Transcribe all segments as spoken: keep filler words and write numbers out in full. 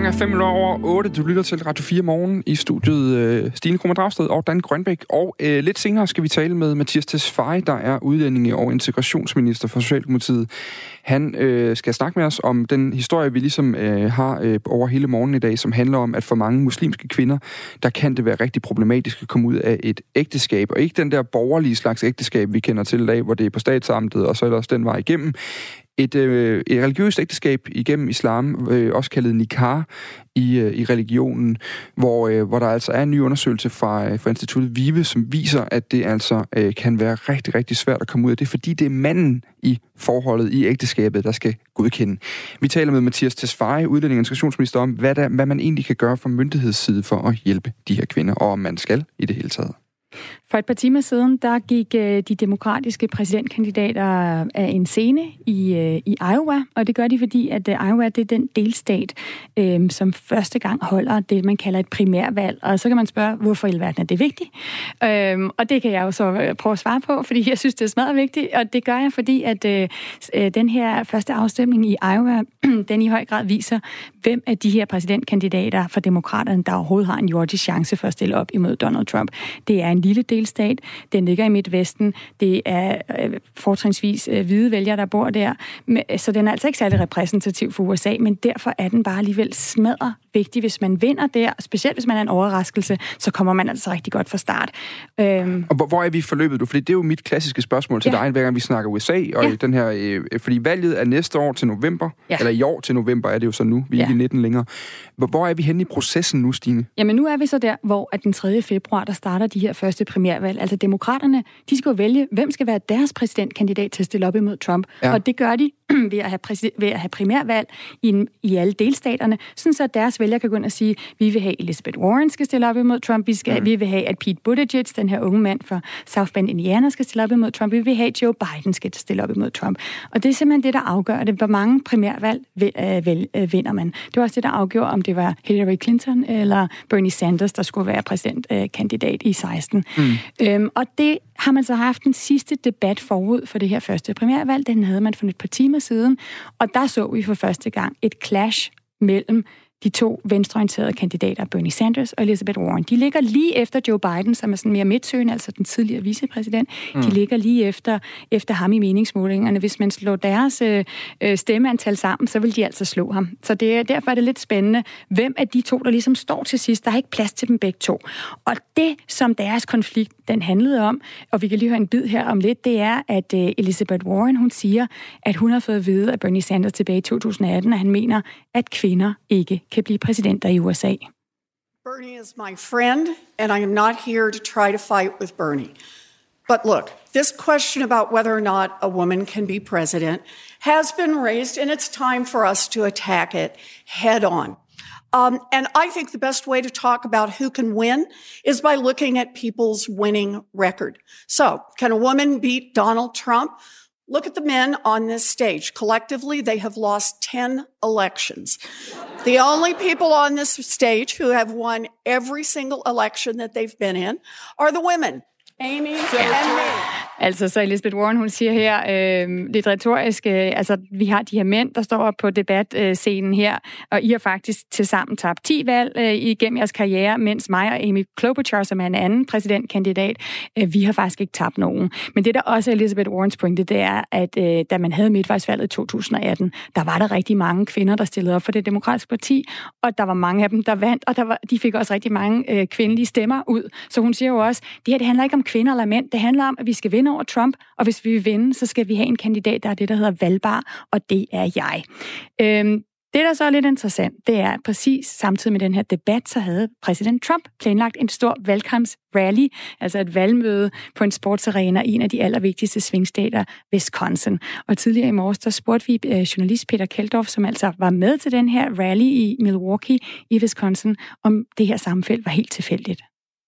Klokken er fem minutter over otte. Du lytter til Radio fire Morgen i studiet øh, Stine Krohmann Dragsted og Dan Grønbæk. Og øh, lidt senere skal vi tale med Mattias Tesfaye, der er udlændinge- og integrationsminister for Socialdemokratiet. Han øh, skal snakke med os om den historie, vi ligesom øh, har øh, over hele morgenen i dag, som handler om, at for mange muslimske kvinder, der kan det være rigtig problematisk at komme ud af et ægteskab. Og ikke den der borgerlige slags ægteskab, vi kender til i dag, hvor det er på statsamtet, og så ellers den vej igennem. Et, øh, et religiøst ægteskab igennem islam, øh, også kaldet nikah i, øh, i religionen, hvor, øh, hvor der altså er en ny undersøgelse fra, øh, fra Instituttet VIVE, som viser, at det altså øh, kan være rigtig, rigtig svært at komme ud af det, fordi det er manden i forholdet, i ægteskabet, der skal godkende. Vi taler med Mattias Tesfaye, udlændinge- og integrationsminister, om, hvad, der, hvad man egentlig kan gøre fra myndighedsside for at hjælpe de her kvinder, og om man skal i det hele taget. For et par timer siden, der gik de demokratiske præsidentkandidater af en scene i, i Iowa, og det gør de, fordi at Iowa, det er den delstat, øh, som første gang holder det, man kalder et primærvalg. Og så kan man spørge, hvorfor i alverden er det vigtigt? Øh, og det kan jeg jo så prøve at svare på, fordi jeg synes, det er smadret vigtigt, og det gør jeg, fordi at øh, den her første afstemning i Iowa, den i høj grad viser, hvem af de her præsidentkandidater for demokraterne, der overhovedet har en jordisk chance for at stille op imod Donald Trump. Det er en lille delstat. Den ligger i Midtvesten. Det er øh, fortrinsvis øh, hvide vælgere, der bor der. Så den er altså ikke særlig repræsentativ for U S A, men derfor er den bare alligevel smadret vigtig. Hvis man vinder der, specielt hvis man er en overraskelse, så kommer man altså rigtig godt fra start. Øhm. Og hvor er vi forløbet, du? Fordi det er jo mit klassiske spørgsmål til ja. dig, hver gang vi snakker U S A, og ja. den her, øh, fordi valget er næste år til november, ja. eller i år til november er det jo så nu, vi er ja. ikke i nitten længere. Hvor er vi henne i processen nu, Stine? Jamen nu er vi så der, hvor at den tredje februar, der starter de her første primærvalg. Altså demokraterne, de skal jo vælge, hvem skal være deres præsidentkandidat til at stille op imod Trump. Ja. Og det gør de ved at have, præsid- ved at have primærvalg i, i alle delstaterne, sådan så deres vælgere kan gå ind og sige, vi vil have Elizabeth Warren skal stille op imod Trump, vi, skal, mm. vi vil have, at Pete Buttigieg, den her unge mand fra South Bend, Indiana, skal stille op imod Trump, vi vil have, at Joe Biden skal stille op imod Trump. Og det er simpelthen det, der afgør det. Hvor mange primærvalg vil, øh, vil, øh, vinder man? Det var også det, der afgjorde, om det var Hillary Clinton eller Bernie Sanders, der skulle være præsidentkandidat øh, i seksten. Mm. Øhm, og det har man så haft den sidste debat forud for det her første primærvalg. Den havde man for et par timer siden, og der så vi for første gang et clash mellem de to venstreorienterede kandidater, Bernie Sanders og Elizabeth Warren. De ligger lige efter Joe Biden, som er sådan mere midtsøgende, altså den tidligere vicepræsident. Mm. De ligger lige efter, efter ham i meningsmålingerne. Hvis man slår deres øh, stemmeantal sammen, så vil de altså slå ham. Så det, derfor er det lidt spændende, hvem af de to, der ligesom står til sidst. Der er ikke plads til dem begge to. Og det, som deres konflikt, den handlede om, og vi kan lige høre en bid her om lidt, det er, at øh, Elizabeth Warren, hun siger, at hun har fået at vide af Bernie Sanders tilbage i to tusind atten, og han mener, at kvinder ikke kan blive præsidenter i U S A. Bernie is my friend, and I am not here to try to fight with Bernie. But look, this question about whether or not a woman can be president has been raised, and it's time for us to attack it head on. Um, and I think the best way to talk about who can win is by looking at people's winning record. So, can a woman beat Donald Trump? Look at the men on this stage. Collectively, they have lost ten elections. The only people on this stage who have won every single election that they've been in are the women. Amy and me. Altså, så Elizabeth Warren, hun siger her, øh, lidt retorisk, øh, altså, vi har de her mænd, der står på debatscenen her, og I har faktisk tilsammen tabt ti valg øh, igennem jeres karriere, mens mig og Amy Klobuchar, som er en anden præsidentkandidat, øh, vi har faktisk ikke tabt nogen. Men det, der også er Elizabeth Warrens pointe, det er, at øh, da man havde midtvejsvalget i to tusind atten, der var der rigtig mange kvinder, der stillede op for det demokratiske parti, og der var mange af dem, der vandt, og der var, de fik også rigtig mange øh, kvindelige stemmer ud. Så hun siger jo også, det her, det handler ikke om kvinder eller mænd, det handler om, at vi skal vinde over Trump, og hvis vi vil vinde, så skal vi have en kandidat, der er det, der hedder valgbar, og det er jeg. Øhm, det, der så er lidt interessant, det er, at præcis samtidig med den her debat, så havde præsident Trump planlagt en stor valgkampsrally, altså et valgmøde på en sportsarena i en af de allervigtigste svingstater, Wisconsin. Og tidligere i morges, der spurgte vi øh, journalist Peter Keldorf, som altså var med til den her rally i Milwaukee i Wisconsin, om det her sammenfald var helt tilfældigt.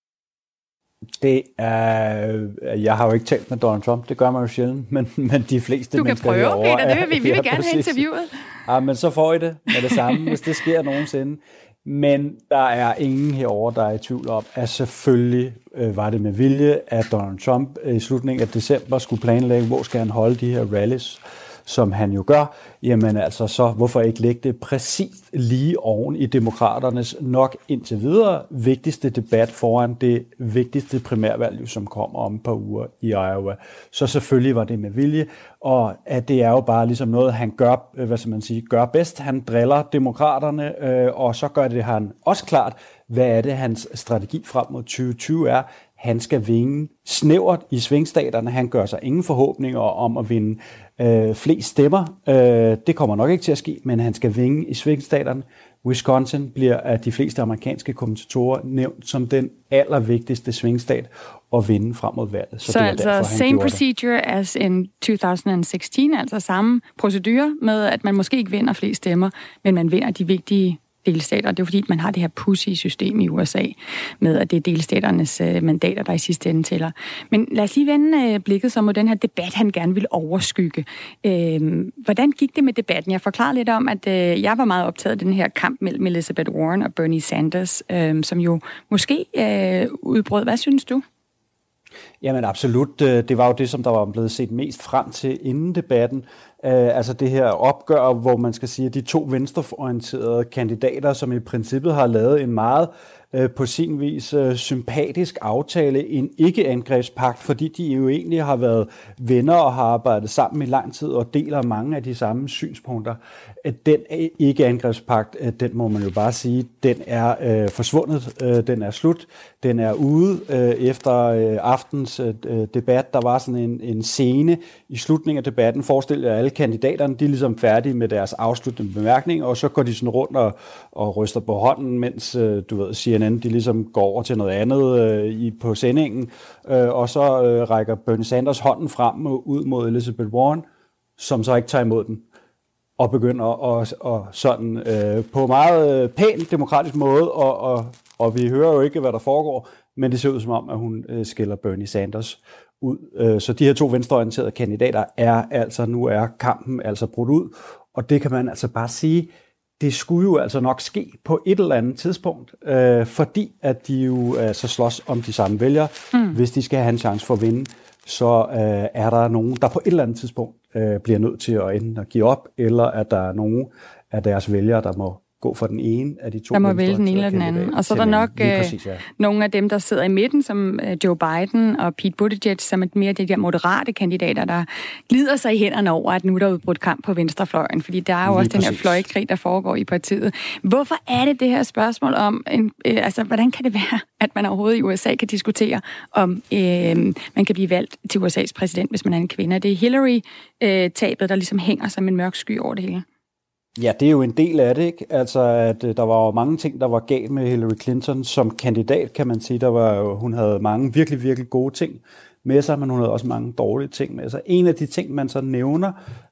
Det er, jeg har jo ikke talt med Donald Trump, det gør man jo sjældent, men, men de fleste du mennesker herovre... Du kan prøve, Peter, det vil vi, vi vil ja, gerne have interviewet. Ja, men så får I det med det samme, hvis det sker nogensinde. Men der er ingen herover, der er i tvivl om, at selvfølgelig øh, var det med vilje, at Donald Trump øh, i slutningen af december skulle planlægge, hvor skal han holde de her rallies, som han jo gør, jamen altså så hvorfor ikke lægge det præcis lige oven i demokraternes nok indtil videre vigtigste debat foran det vigtigste primærvalg, som kommer om et par uger i Iowa. Så selvfølgelig var det med vilje, og at det er jo bare ligesom noget, han gør, hvad skal man sige, gør bedst. Han driller demokraterne, øh, og så gør det han også klart, hvad er det, hans strategi frem mod tyve tyve er. Han skal vinde snævert i svingstaterne. Han gør sig ingen forhåbninger om at vinde øh, flest stemmer. Øh, det kommer nok ikke til at ske, men han skal vinde i svingstaterne. Wisconsin bliver af de fleste amerikanske kommentatorer nævnt som den allervigtigste svingstat at vinde frem mod valget. Så, så det altså derfor, same procedure det. as in to thousand sixteen, altså samme procedure med, at man måske ikke vinder flest stemmer, men man vinder de vigtige delstater. Det er fordi, man har det her pussy-system i U S A, med at det er delstaternes øh, mandater, der i sidste ende tæller. Men lad os lige vende øh, blikket så mod den her debat, han gerne vil overskygge. Øh, hvordan gik det med debatten? Jeg forklarede lidt om, at øh, jeg var meget optaget af den her kamp mellem Elizabeth Warren og Bernie Sanders, øh, som jo måske øh, udbrød. Hvad synes du? Jamen absolut. Det var jo det, som der var blevet set mest frem til inden debatten. Uh, altså det her opgør, hvor man skal sige, at de to venstreorienterede kandidater, som i princippet har lavet en meget uh, på sin vis uh, sympatisk aftale, en ikke-angrebspagt, fordi de jo egentlig har været venner og har arbejdet sammen i lang tid og deler mange af de samme synspunkter. Uh, den ikke-angrebspagt, uh, den må man jo bare sige, den er uh, forsvundet, uh, den er slut, den er ude uh, efter uh, aftens uh, debat. Der var sådan en, en scene i slutningen af debatten, forestil jer alle kandidaterne, de er ligesom færdige med deres afsluttende bemærkning, og så går de sådan rundt og, og ryster på hånden, mens du ved, C N N de ligesom går over til noget andet øh, i, på sendingen, øh, og så øh, rækker Bernie Sanders hånden frem og ud mod Elizabeth Warren, som så ikke tager imod den, og begynder at, og sådan øh, på meget øh, pæn demokratisk måde, og, og, og vi hører jo ikke, hvad der foregår, men det ser ud som om, at hun øh, skiller Bernie Sanders ud. Så de her to venstreorienterede kandidater er altså, nu er kampen altså brudt ud, og det kan man altså bare sige, det skulle jo altså nok ske på et eller andet tidspunkt, øh, fordi at de jo altså slås om de samme vælgere. Mm. Hvis de skal have en chance for at vinde, så øh, er der nogen, der på et eller andet tidspunkt øh, bliver nødt til at enten at give op, eller at der er nogen af deres vælgere, der må gå for den ene af de to. Der må vælge den ene eller den anden. Og så er der nok øh, præcis, ja. nogle af dem, der sidder i midten, som øh, Joe Biden og Pete Buttigieg, som er mere de der moderate kandidater, der glider sig i hænderne over, at nu er der udbrudt kamp på venstrefløjen. Fordi der er jo Lige også præcis. den her fløjkrig, der foregår i partiet. Hvorfor er det det her spørgsmål om, en, øh, altså hvordan kan det være, at man overhovedet i U S A kan diskutere, om øh, man kan blive valgt til U S A's præsident, hvis man er en kvinde? Det er Hillary-tabet, øh, der ligesom hænger som en mørk sky over det hele. Ja, det er jo en del af det, ikke? Altså, at der var jo mange ting, der var galt med Hillary Clinton som kandidat, kan man sige. Der var jo, hun havde mange virkelig, virkelig gode ting med sig, men hun havde også mange dårlige ting med sig. En af de ting, man så nævner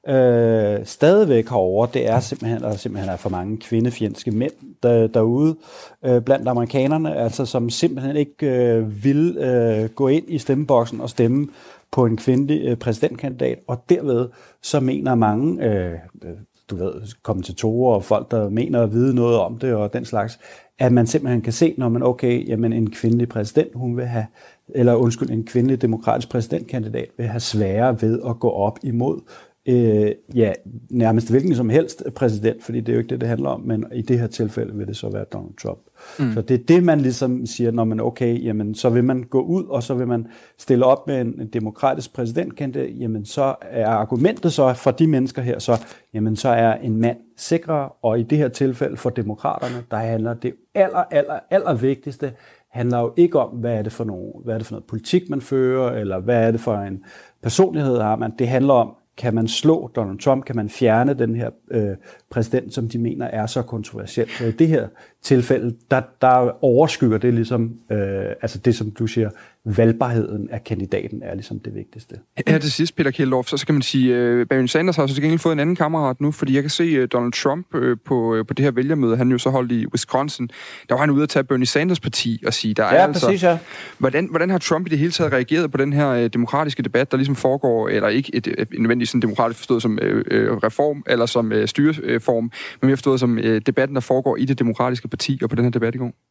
øh, stadigvæk herovre, det er simpelthen, at der simpelthen er for mange kvindefjendske mænd der, derude øh, blandt amerikanerne, altså som simpelthen ikke øh, vil øh, gå ind i stemmeboksen og stemme på en kvindelig øh, præsidentkandidat, og derved så mener mange øh, du ved, kommentatorer og folk, der mener at vide noget om det og den slags, at man simpelthen kan se, når man, okay, jamen en kvindelig præsident, hun vil have, eller undskyld, en kvindelig demokratisk præsidentkandidat vil have sværere ved at gå op imod øh, ja, nærmest hvilken som helst præsident, fordi det er jo ikke det, det handler om, men i det her tilfælde vil det så være Donald Trump. Mm. Så det er det, man ligesom siger, når man, okay, jamen så vil man gå ud, og så vil man stille op med en, en demokratisk præsidentkandidat, jamen så er argumentet så for de mennesker her, så, jamen så er en mand sikrere, og i det her tilfælde for demokraterne, der handler det aller, aller, aller vigtigste, handler jo ikke om, hvad er det for noget, hvad er det for noget politik, man fører, eller hvad er det for en personlighed har man. Det handler om, kan man slå Donald Trump, kan man fjerne den her øh, præsident, som de mener er så kontroversiel. Så i det her tilfælde, der, der overskygger det ligesom, øh, altså det som du siger, valgbarheden af kandidaten er ligesom det vigtigste. Her til sidst, Peter Kjeldorf, så skal man sige, øh, Bernie Sanders har så til gengæld fået en anden kammerat nu, fordi jeg kan se øh, Donald Trump øh, på, øh, på det her vælgermøde, han jo så holdt i Wisconsin, der var han ude at tage Bernie Sanders parti og sige, der er ja, altså... Præcis, ja. Hvordan, hvordan har Trump i det hele taget reageret på den her øh, demokratiske debat, der ligesom foregår, eller ikke et, et, et nødvendigt sådan demokratisk forstået som øh, øh, reform, eller som øh, styreform, men mere forstået som øh, debatten, der foregår i det demokratiske parti og på den her debat i går?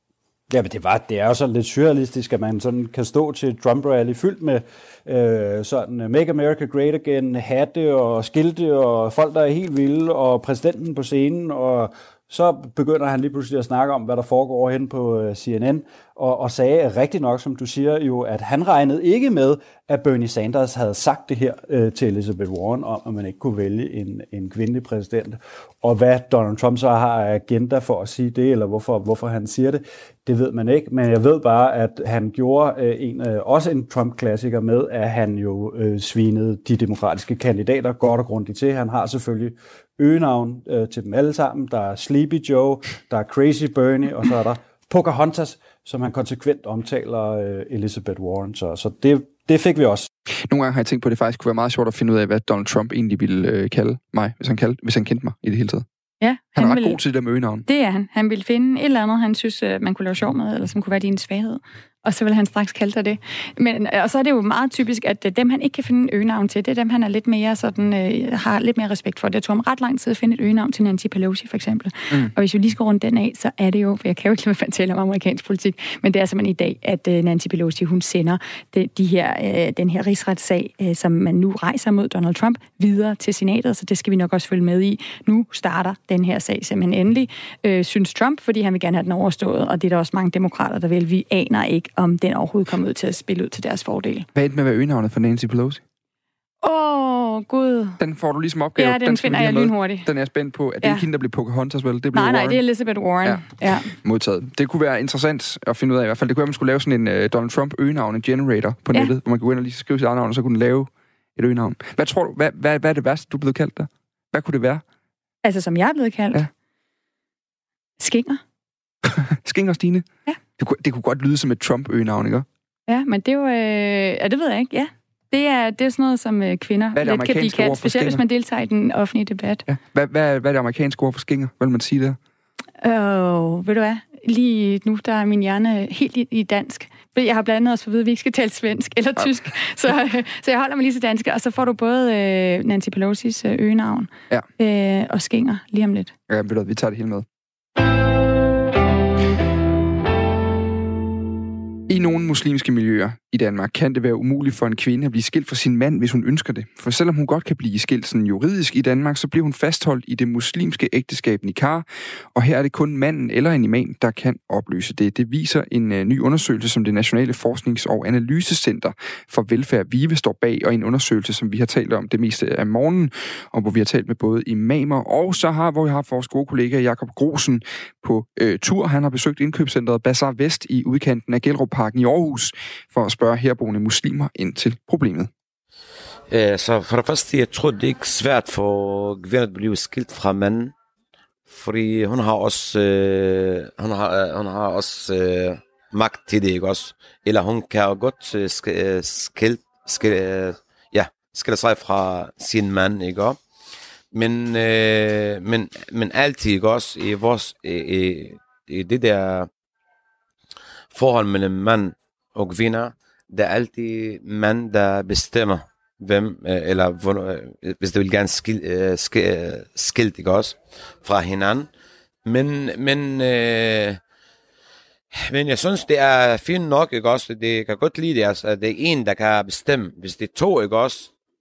Ja, men det, var, det er jo sådan lidt surrealistisk, at man sådan kan stå til Trump-rally fyldt med øh, sådan Make America Great Again, hatte og skilte og folk, der er helt vilde, og præsidenten på scenen, og så begynder han lige pludselig at snakke om, hvad der foregår hen på C N N, og, og sagde rigtig nok, som du siger jo, at han regnede ikke med, at Bernie Sanders havde sagt det her øh, til Elizabeth Warren, om at man ikke kunne vælge en, en kvindelig præsident. Og hvad Donald Trump så har agenda for at sige det, eller hvorfor, hvorfor han siger det, det ved man ikke. Men jeg ved bare, at han gjorde øh, en, øh, også en Trump-klassiker med, at han jo øh, svinede de demokratiske kandidater godt og grundigt til. Han har selvfølgelig øgenavn øh, til dem alle sammen. Der er Sleepy Joe, der er Crazy Bernie, og så er der Pocahontas, som han konsekvent omtaler øh, Elizabeth Warren. Så, så det, det fik vi også. Nogle gange har jeg tænkt på, at det faktisk kunne være meget sjovt at finde ud af, hvad Donald Trump egentlig ville øh, kalde mig, hvis han, kaldte, hvis han kendte mig i det hele taget. Ja, han, han er ret vil, god til det der med øgenavn. Det er han. Han ville finde et eller andet, han synes, man kunne lave sjov med, eller som kunne være din svaghed. Og så vil han straks kalde dig det. Men, og så er det jo meget typisk, at dem, han ikke kan finde en øgenavn til, det er dem, han er lidt mere sådan, øh, har lidt mere respekt for. Det tog ham ret lang tid at finde et øgenavn til Nancy Pelosi, for eksempel. Mm. Og hvis vi lige skal runde den af, så er det jo, for jeg kan jo ikke lade mig tale om amerikansk politik, men det er simpelthen i dag, at øh, Nancy Pelosi, hun sender de, de her, øh, den her rigsretssag, øh, som man nu rejser mod Donald Trump, videre til senatet, så det skal vi nok også følge med i. Nu starter den her sag simpelthen endelig, øh, synes Trump, fordi han vil gerne have den overstået, og det er der også mange demokrater, der vil. Vi aner ikke, om den overhovedet kommer ud til at spille ud til deres fordel. Hvad er det med at være øgenavnet for Nancy Pelosi? Åh, oh, gud. Den får du ligesom opgave. Ja, den, den finder jeg lynhurtigt. Den er jeg spændt på. Er det ja. ikke hende, der bliver Pocahontas, vel? Det bliver nej, Warren. nej, det er Elizabeth Warren. Ja. ja. Modtaget. Det kunne være interessant at finde ud af i hvert fald. Det kunne være, at man skulle lave sådan en uh, Donald Trump øgenavne generator på nettet, ja. hvor man kunne gå ind og lige skrive sit eget navn, og så kunne den lave et øgenavn. Hvad tror du, hvad, hvad, hvad er det værste, du er blevet kaldt der? Hvad kunne det være? Altså, som jeg er blevet kaldt? Ja. Skinger. Skinger, Stine? Ja. Det kunne, det kunne godt lyde som et Trump-øgenavn, ikke? Ja, men det er jo... Øh, ja, det ved jeg ikke, ja. Det er, det er sådan noget, som øh, kvinder let kan blive kaldt, specielt hvis man deltager i den offentlige debat. Ja. Hvad, hvad, hvad er det amerikanske ord for skinger? Hvad vil man sige der? Åh, oh, ved du hvad? Lige nu, der er min hjerne helt i, i dansk. Jeg har blandt andet også fået at vide, at vi ikke skal tale svensk eller ja. tysk. Så, øh, så jeg holder mig lige til dansk. Og så får du både øh, Nancy Pelosi's øh, øgenavn ja. øh, og skinger lige om lidt. Ja, ved du, vi tager det hele med. I nogle muslimske miljøer i Danmark kan det være umuligt for en kvinde at blive skilt fra sin mand, hvis hun ønsker det. For selvom hun godt kan blive skilt sådan juridisk i Danmark, så bliver hun fastholdt i det muslimske ægteskab nikah, og her er det kun manden eller en imam, der kan opløse det. Det viser en uh, ny undersøgelse, som det Nationale Forsknings- og Analysecenter for Velfærd VIVE står bag, og en undersøgelse, som vi har talt om det meste af morgenen, og hvor vi har talt med både imamer, og så har, hvor vi har vores gode kollega Jakob Grosen på øh, tur. Han har besøgt indkøbscentret Bazar Vest i udkanten af Gellerupparken i Aarhus, for at spørge herboende muslimer ind til problemet. Uh, så for det første, jeg tror, det er ikke svært for kvinder at blive skilt fra manden, fordi hun har også, uh, hun har, hun har også uh, magt til det, ikke også? Eller hun kan godt uh, skilt, skilt, uh, ja, skille sig fra sin mand, ikke også? Men, uh, men, men altid, ikke også, i, vores, i, i, i det der forhold mellem mand og kvinder, det er altid mand, der bestemmer, hvem, eller hvor, hvis det vil gerne skil, skil, skilt, ikke også, fra hinanden. Men, men, øh, men jeg synes, det er fint nok, ikke også, det kan godt lide det, altså, at det er en, der kan bestemme. Hvis det er to, ikke også,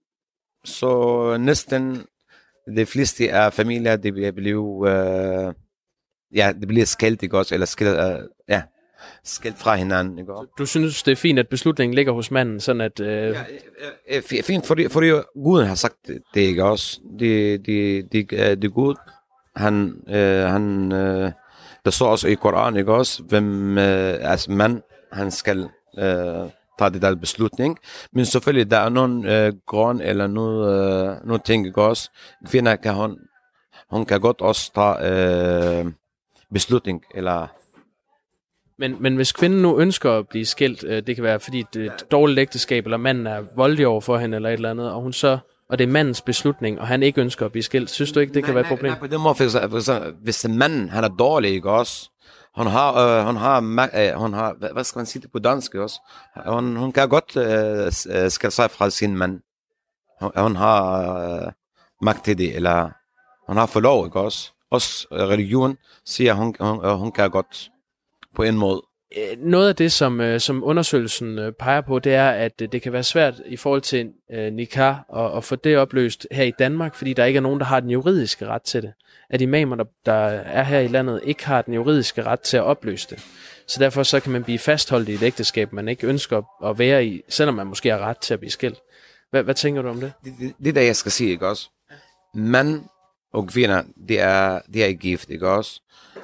så næsten de fleste af familier, det bliver, bliver, øh, ja, det bliver skilt, ikke også, eller skilt, øh, ja, skilt fra hinanden, ikke? Du synes, det er fint, at beslutningen ligger hos manden, sådan at... Øh... Ja, ja, fint, fordi, fordi Gud har sagt det, ikke også? Det, det, det, det er Gud. Han, øh, han, øh, der står også i Koranen, ikke også? Hvem, øh, altså mand, han skal øh, tage det der beslutning. Men selvfølgelig, der er nogen øh, grund eller noget, øh, noget ting, ikke også? Kvinder kan hun, hun kan godt også tage øh, beslutning, eller... Men, men hvis kvinden nu ønsker at blive skilt, øh, det kan være fordi det er et dårligt ægteskab, eller manden er voldelig over for hende, eller et eller andet, og hun så, og det er mandens beslutning, og han ikke ønsker at blive skilt, synes du ikke, det nej, kan være et problem? Nej, på den måde, for, for, for, hvis manden, han er dårlig, ikke også? Hun har, øh, hun har, øh, hun har, hvad, hvad skal man sige det på dansk også? Hun, hun kan godt øh, skille sig fra sin mand. Hun, hun har øh, magt til det, eller hun har forlov, ikke også? Også religion siger, hun, hun, hun kan godt på en måde Noget af det, som, som undersøgelsen peger på, det er, at det kan være svært i forhold til uh, nikah at, at få det opløst her i Danmark, fordi der ikke er nogen, der har den juridiske ret til det. At imamer, der, der er her i landet, ikke har den juridiske ret til at opløse det. Så derfor så kan man blive fastholdt i et ægteskab, man ikke ønsker at være i, selvom man måske har ret til at blive skilt. Hvad, hvad tænker du om det? Det, det, det er det, jeg skal sige, ikke også? Mænd og kvinder, det er, det er ikke gift, ikke også?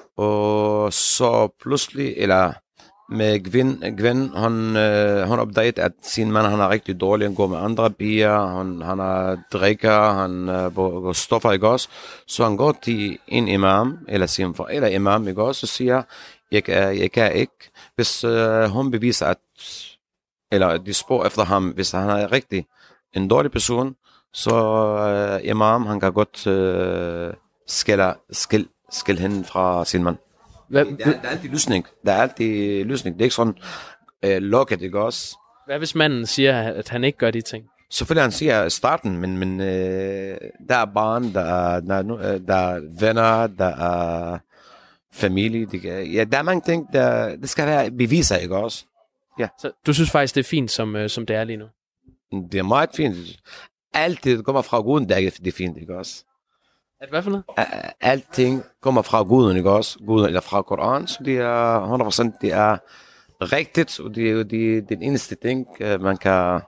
Og så pludselig, eller med Gvin, Gvin hun, øh, hun opdaget, at sin mand han er rigtig dårlig, han går med andre piger, han, han er drikker, han øh, går stoffer, ikke også? Så han går til en imam, eller sin forældre imam, ikke også? Og siger, jeg, jeg kan ikke, hvis øh, hun beviser, at, eller de spår efter ham, hvis han er rigtig en dårlig person, så øh, imam, han kan godt øh, skille, skille, skille hende fra sin mand. Hvad, der, er, der er altid løsning. Der er altid løsning. Det er ikke sådan øh, lukket, ikke også? Hvad hvis manden siger, at han ikke gør de ting? Selvfølgelig han siger starten, men, men øh, der er barn, der er, der, er, der er venner, der er familie. Det, ja, der er mange ting, der det skal være beviser, ikke også? Ja. Så du synes faktisk, det er fint, som, øh, som det er lige nu? Det er meget fint. Alt det kommer fra Guden, der er det er fint, ikke også? At hvad for noget? Alting kommer fra Guden, ikke også? Guden, eller fra Koran, så det er hundrede procent, det er rigtigt, og det er jo det, den eneste ting, man kan,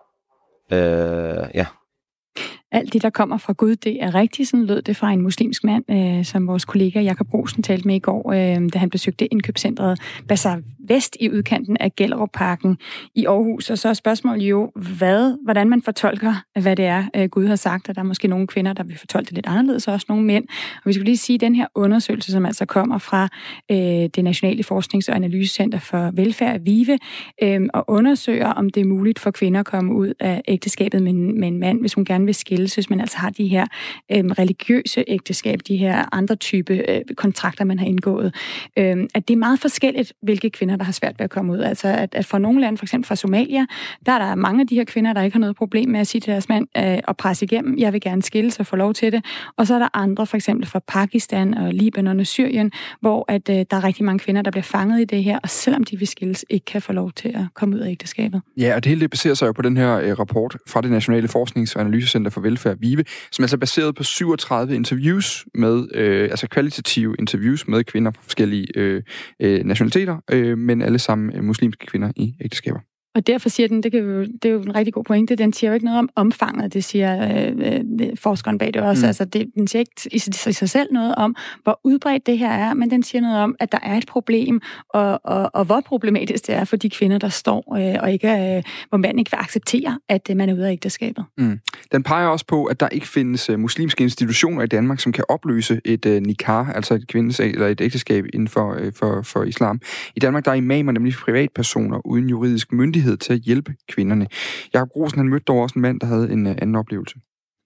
øh, ja. Alt det, der kommer fra Gud, det er rigtigt. Sådan lød det fra en muslimsk mand, øh, som vores kollega Jakob Rosen talte med i går, øh, da han besøgte indkøbscentret Bazar Vest i udkanten af Gellerupparken i Aarhus. Og så er spørgsmålet jo, hvad, hvordan man fortolker, hvad det er, øh, Gud har sagt. Og der er måske nogle kvinder, der vil fortolke det lidt anderledes, og også nogle mænd. Og vi skulle lige sige, at den her undersøgelse, som altså kommer fra øh, det Nationale Forsknings- og Analysecenter for Velfærd, VIVE, øh, og undersøger, om det er muligt for kvinder at komme ud af ægteskabet med, med en mand, hvis hun gerne vil skille, hvis man altså har de her øh, religiøse ægteskab, de her andre type øh, kontrakter, man har indgået. Øh, at det er meget forskelligt, hvilke kvinder, der har svært ved at komme ud. Altså, at, at for nogle lande, for eksempel fra Somalia, der er der mange af de her kvinder, der ikke har noget problem med at sige til deres mand øh, og presse igennem, jeg vil gerne skilles og få lov til det. Og så er der andre, for eksempel fra Pakistan og Libanon og Syrien, hvor at, øh, der er rigtig mange kvinder, der bliver fanget i det her, og selvom de vil skilles, ikke kan få lov til at komme ud af ægteskabet. Ja, og det hele det baserer sig jo på den her øh, rapport fra det Nationale Forsknings- og Analysecenter for Velfærd, VIVE, som altså er baseret på syvogtredive interviews med, øh, altså kvalitative interviews med kvinder fra forskellige øh, øh, nationaliteter, øh, men alle sammen øh, muslimske kvinder i ægteskaber. Og derfor siger den, det, kan jo, det er jo en rigtig god pointe, den siger jo ikke noget om omfanget, det siger øh, øh, forskeren bag det også. Mm. Altså, det, den siger ikke i, i sig selv noget om, hvor udbredt det her er, men den siger noget om, at der er et problem, og, og, og hvor problematisk det er for de kvinder, der står, øh, og ikke, øh, hvor man ikke vil acceptere, at øh, man er ude af ægteskabet. Mm. Den peger også på, at der ikke findes øh, muslimske institutioner i Danmark, som kan opløse et øh, nikah, altså et kvindes eller et ægteskab inden for, øh, for, for islam. I Danmark der er imamer nemlig privatpersoner uden juridisk myndighed til at hjælpe kvinderne. Jakob Rosen, han mødte dog også en mand, der havde en uh, anden oplevelse.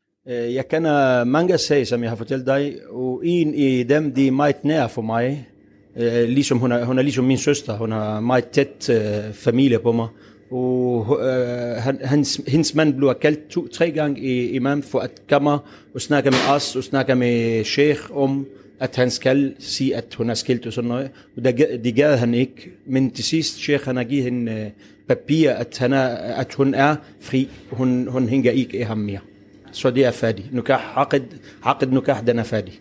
Jeg kender mange sager, som jeg har fortalt dig, og en af dem, de er meget nær for mig. Ligesom hun er, hun er ligesom min søster, hun har meget tæt uh, familie på mig. Og uh, hans, hendes mand blev kaldt to, tre gange i imam for at komme og snakke med os, og snakke med sheikh om, at han skal sige, at hun er skilt og sådan noget. Og det, det gad han ikke. Men til sidst, sheikh, han har givet hende uh, papir, at, han er, at hun er fri. Hun, hun hænger ikke i ham mere. Så det er færdig. Nukah, haqid, haqid nukah, den er færdig.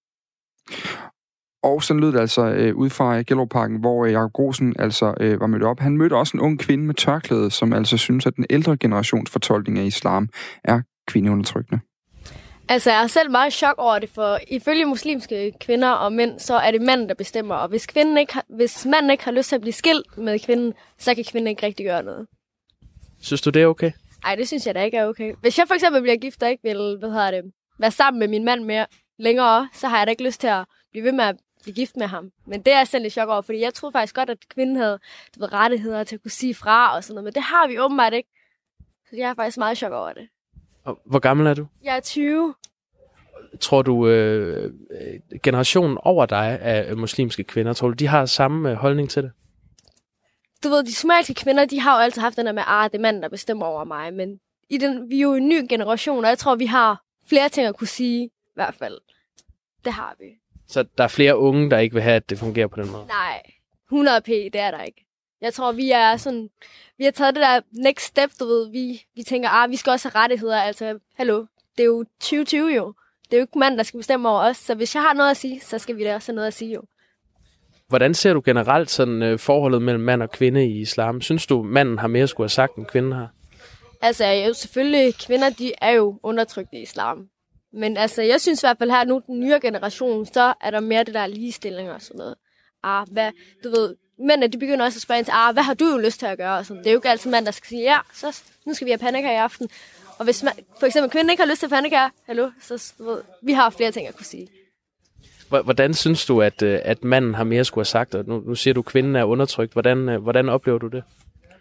Og sådan lød det altså øh, ud fra Gellerupparken, hvor øh, Jakob Rosen altså øh, var mødt op. Han mødte også en ung kvinde med tørklæde, som altså synes, at den ældre generations fortolkning af islam er kvindeundertrykkende. Altså, jeg er selv meget i chok over det, for ifølge muslimske kvinder og mænd, så er det manden, der bestemmer. Og hvis, kvinden ikke har, hvis manden ikke har lyst til at blive skilt med kvinden, så kan kvinden ikke rigtig gøre noget. Synes du, det er okay? Nej, det synes jeg da ikke er okay. Hvis jeg for eksempel bliver gift og ikke vil hvad hedder det, være sammen med min mand mere længere, så har jeg da ikke lyst til at blive ved med at blive gift med ham. Men det er jeg selv i chok over, fordi jeg troede faktisk godt, at kvinden havde du ved, rettigheder til at kunne sige fra og sådan noget, men det har vi åbenbart ikke. Så jeg er faktisk meget i chok over det. Og hvor gammel er du? Jeg er tyve. Tror du, øh, generationen over dig af muslimske kvinder, tror du, de har samme holdning til det? Du ved, de somaliske kvinder, de har jo altid haft den der med, ah, det er manden, der bestemmer over mig. Men i den, vi er jo en ny generation, og jeg tror, vi har flere ting at kunne sige, i hvert fald. Det har vi. Så der er flere unge, der ikke vil have, at det fungerer på den måde? Nej, hundrede p, det er der ikke. Jeg tror, vi er sådan, vi har taget det der next step, du ved. Vi, vi tænker, ah, vi skal også have rettigheder. Altså, hallo, det er jo tyve tyve jo. Det er jo ikke mand, der skal bestemme over os. Så hvis jeg har noget at sige, så skal vi da også have noget at sige jo. Hvordan ser du generelt sådan øh, forholdet mellem mand og kvinde i islam? Synes du, manden har mere skulle have sagt, end kvinden har? Altså, jo, selvfølgelig, kvinder, de er jo undertrykt i islam. Men altså, jeg synes i hvert fald her nu, den nye generation, så er der mere det der ligestilling og sådan noget. Ah, hvad, du ved, mændene, de begynder også at spørge ind til, ah, hvad har du jo lyst til at gøre? Og sådan. Det er jo ikke altid mand, der skal sige, ja, så nu skal vi have pandekager i aften. Og hvis man, for eksempel kvinden ikke har lyst til pandekager, hallo, så du ved, vi har flere ting at kunne sige. Hvordan synes du, at, at manden har mere skulle have sagt? Og nu, nu siger du, at kvinden er undertrykt. Hvordan, hvordan oplever du det?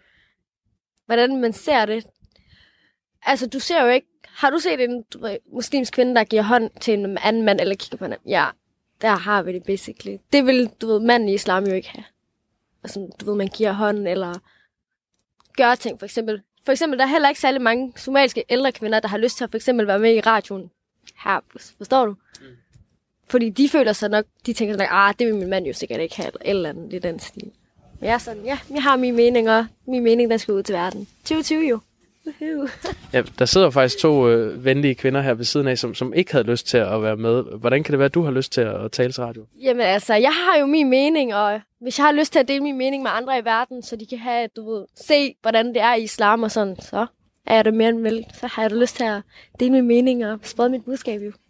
Hvordan man ser det? Altså, du ser jo ikke... Har du set en du ved, muslimsk kvinde, der giver hånd til en anden mand, eller kigger på en anden? Ja, der har vi det basically. Det vil, du ved, manden i islam jo ikke have. Altså, du ved, man giver hånd, eller gør ting, for eksempel. For eksempel, der er heller ikke særlig mange somaliske ældre kvinder, der har lyst til at for eksempel være med i radioen. Her, forstår du? Mm. Fordi de føler sig nok, de tænker sådan, ah, det vil min mand jo sikkert ikke have, eller eller andet i den stil. Men jeg er sådan, ja, jeg har mine meninger, min mening, der skal ud til verden. tyve tyve jo. Ja, der sidder faktisk to øh, venlige kvinder her ved siden af, som, som ikke havde lyst til at være med. Hvordan kan det være, at du har lyst til at, at tale til radio? Jamen altså, jeg har jo min mening, og hvis jeg har lyst til at dele min mening med andre i verden, så de kan have, du ved, se, hvordan det er i islam og sådan, så er jeg det mere end vel. Så har jeg da lyst til at dele min mening og sprede mit budskab jo.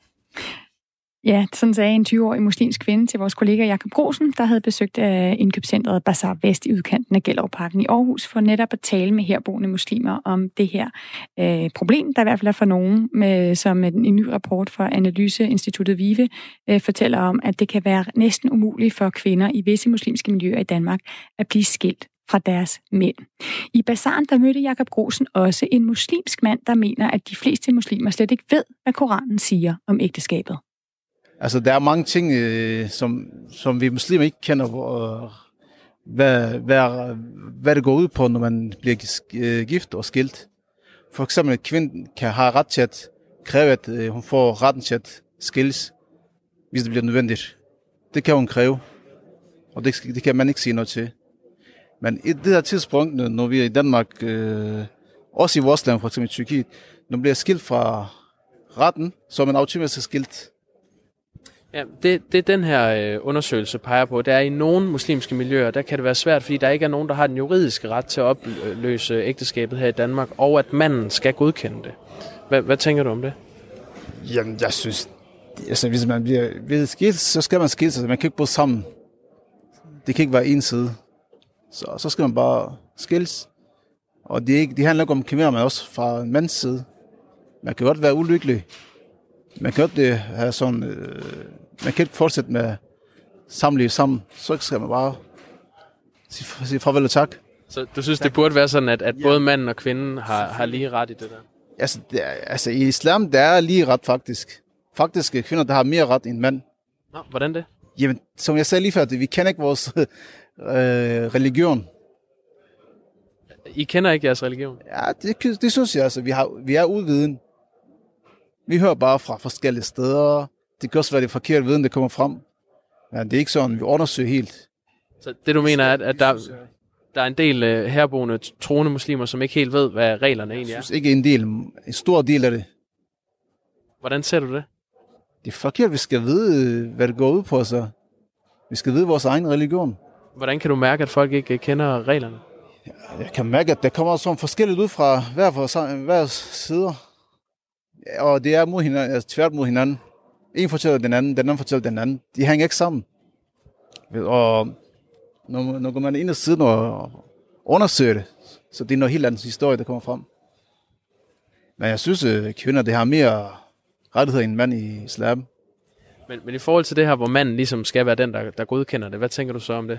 Ja, sådan sagde en tyve-årig muslimsk kvinde til vores kollega Jakob Grosen, der havde besøgt uh, indkøbscentret Bazar Vest i udkanten af Gellerupparken i Aarhus, for netop at tale med herboende muslimer om det her uh, problem, der i hvert fald er for nogen, med, som en, en ny rapport fra Analyseinstituttet VIVE uh, fortæller om, at det kan være næsten umuligt for kvinder i visse muslimske miljøer i Danmark at blive skilt fra deres mænd. I Bazaren, der mødte Jakob Grosen også en muslimsk mand, der mener, at de fleste muslimer slet ikke ved, hvad Koranen siger om ægteskabet. Altså, der er mange ting, øh, som, som vi muslimer ikke kender, hvor, øh, hvad, hvad, hvad det går ud på, når man bliver øh, gift og skilt. For eksempel, at kvinden kan have ret til at kræve, at øh, hun får retten til at skilles, hvis det bliver nødvendigt. Det kan hun kræve, og det, det kan man ikke sige noget til. Men i det her tidspunkt, når vi er i Danmark, øh, også i vores land, for eksempel i Tyrkiet, når man bliver skilt fra retten, så er man automatisk skilt. Ja, det, det den her øh, undersøgelse peger på, det er, i nogle muslimske miljøer, der kan det være svært, fordi der ikke er nogen, der har den juridiske ret til at opløse ægteskabet her i Danmark, og at manden skal godkende det. Hvad, hvad tænker du om det? Jamen, jeg synes, altså, hvis man bliver skilt, så skal man skille sig. Man kan ikke bo sammen. Det kan ikke være en side. Så, så skal man bare skilles. Og det, ikke, det handler ikke om kvinder, men også fra en mands side. Man kan godt være ulykkelig. Man kan godt have sådan, øh, man kan ikke fortsætte med samliv sammen, så skal man bare sige, sige farvel og tak. Så du synes, det burde være sådan, at, at både manden og kvinden har, har lige ret i det der? Altså, det er, altså, i islam, der er lige ret faktisk. Faktisk er kvinder, der har mere ret end mand. Nå, hvordan det? Jamen, som jeg sagde lige før, vi kender ikke vores øh, religion. I kender ikke jeres religion? Ja, det, det synes jeg, altså. Vi, har, vi er udviden. Vi hører bare fra forskellige steder. Det kan også være det forkerte viden, der kommer frem. Men det er ikke sådan, vi undersøger helt. Så det du mener er, at der, der er en del uh, herboende troende muslimer, som ikke helt ved, hvad reglerne egentlig er? Jeg synes ikke en del. En stor del af det. Hvordan ser du det? Det er forkert, vi skal vide, hvad det går ud på. Så. Vi skal vide vores egen religion. Hvordan kan du mærke, at folk ikke kender reglerne? Jeg kan mærke, at der kommer sådan forskelligt ud fra hver, for, hver side. Og det er mod hinanden, altså tvært mod hinanden. En fortæller den anden, den anden fortæller den anden. De hænger ikke sammen. Og når, når man er inde i siden og undersøger det, så det er noget helt andet historie, der kommer frem. Men jeg synes, at kvinder det har mere rettigheder end mand i islam. Men, men i forhold til det her, hvor manden ligesom skal være den, der, der godkender det, hvad tænker du så om det?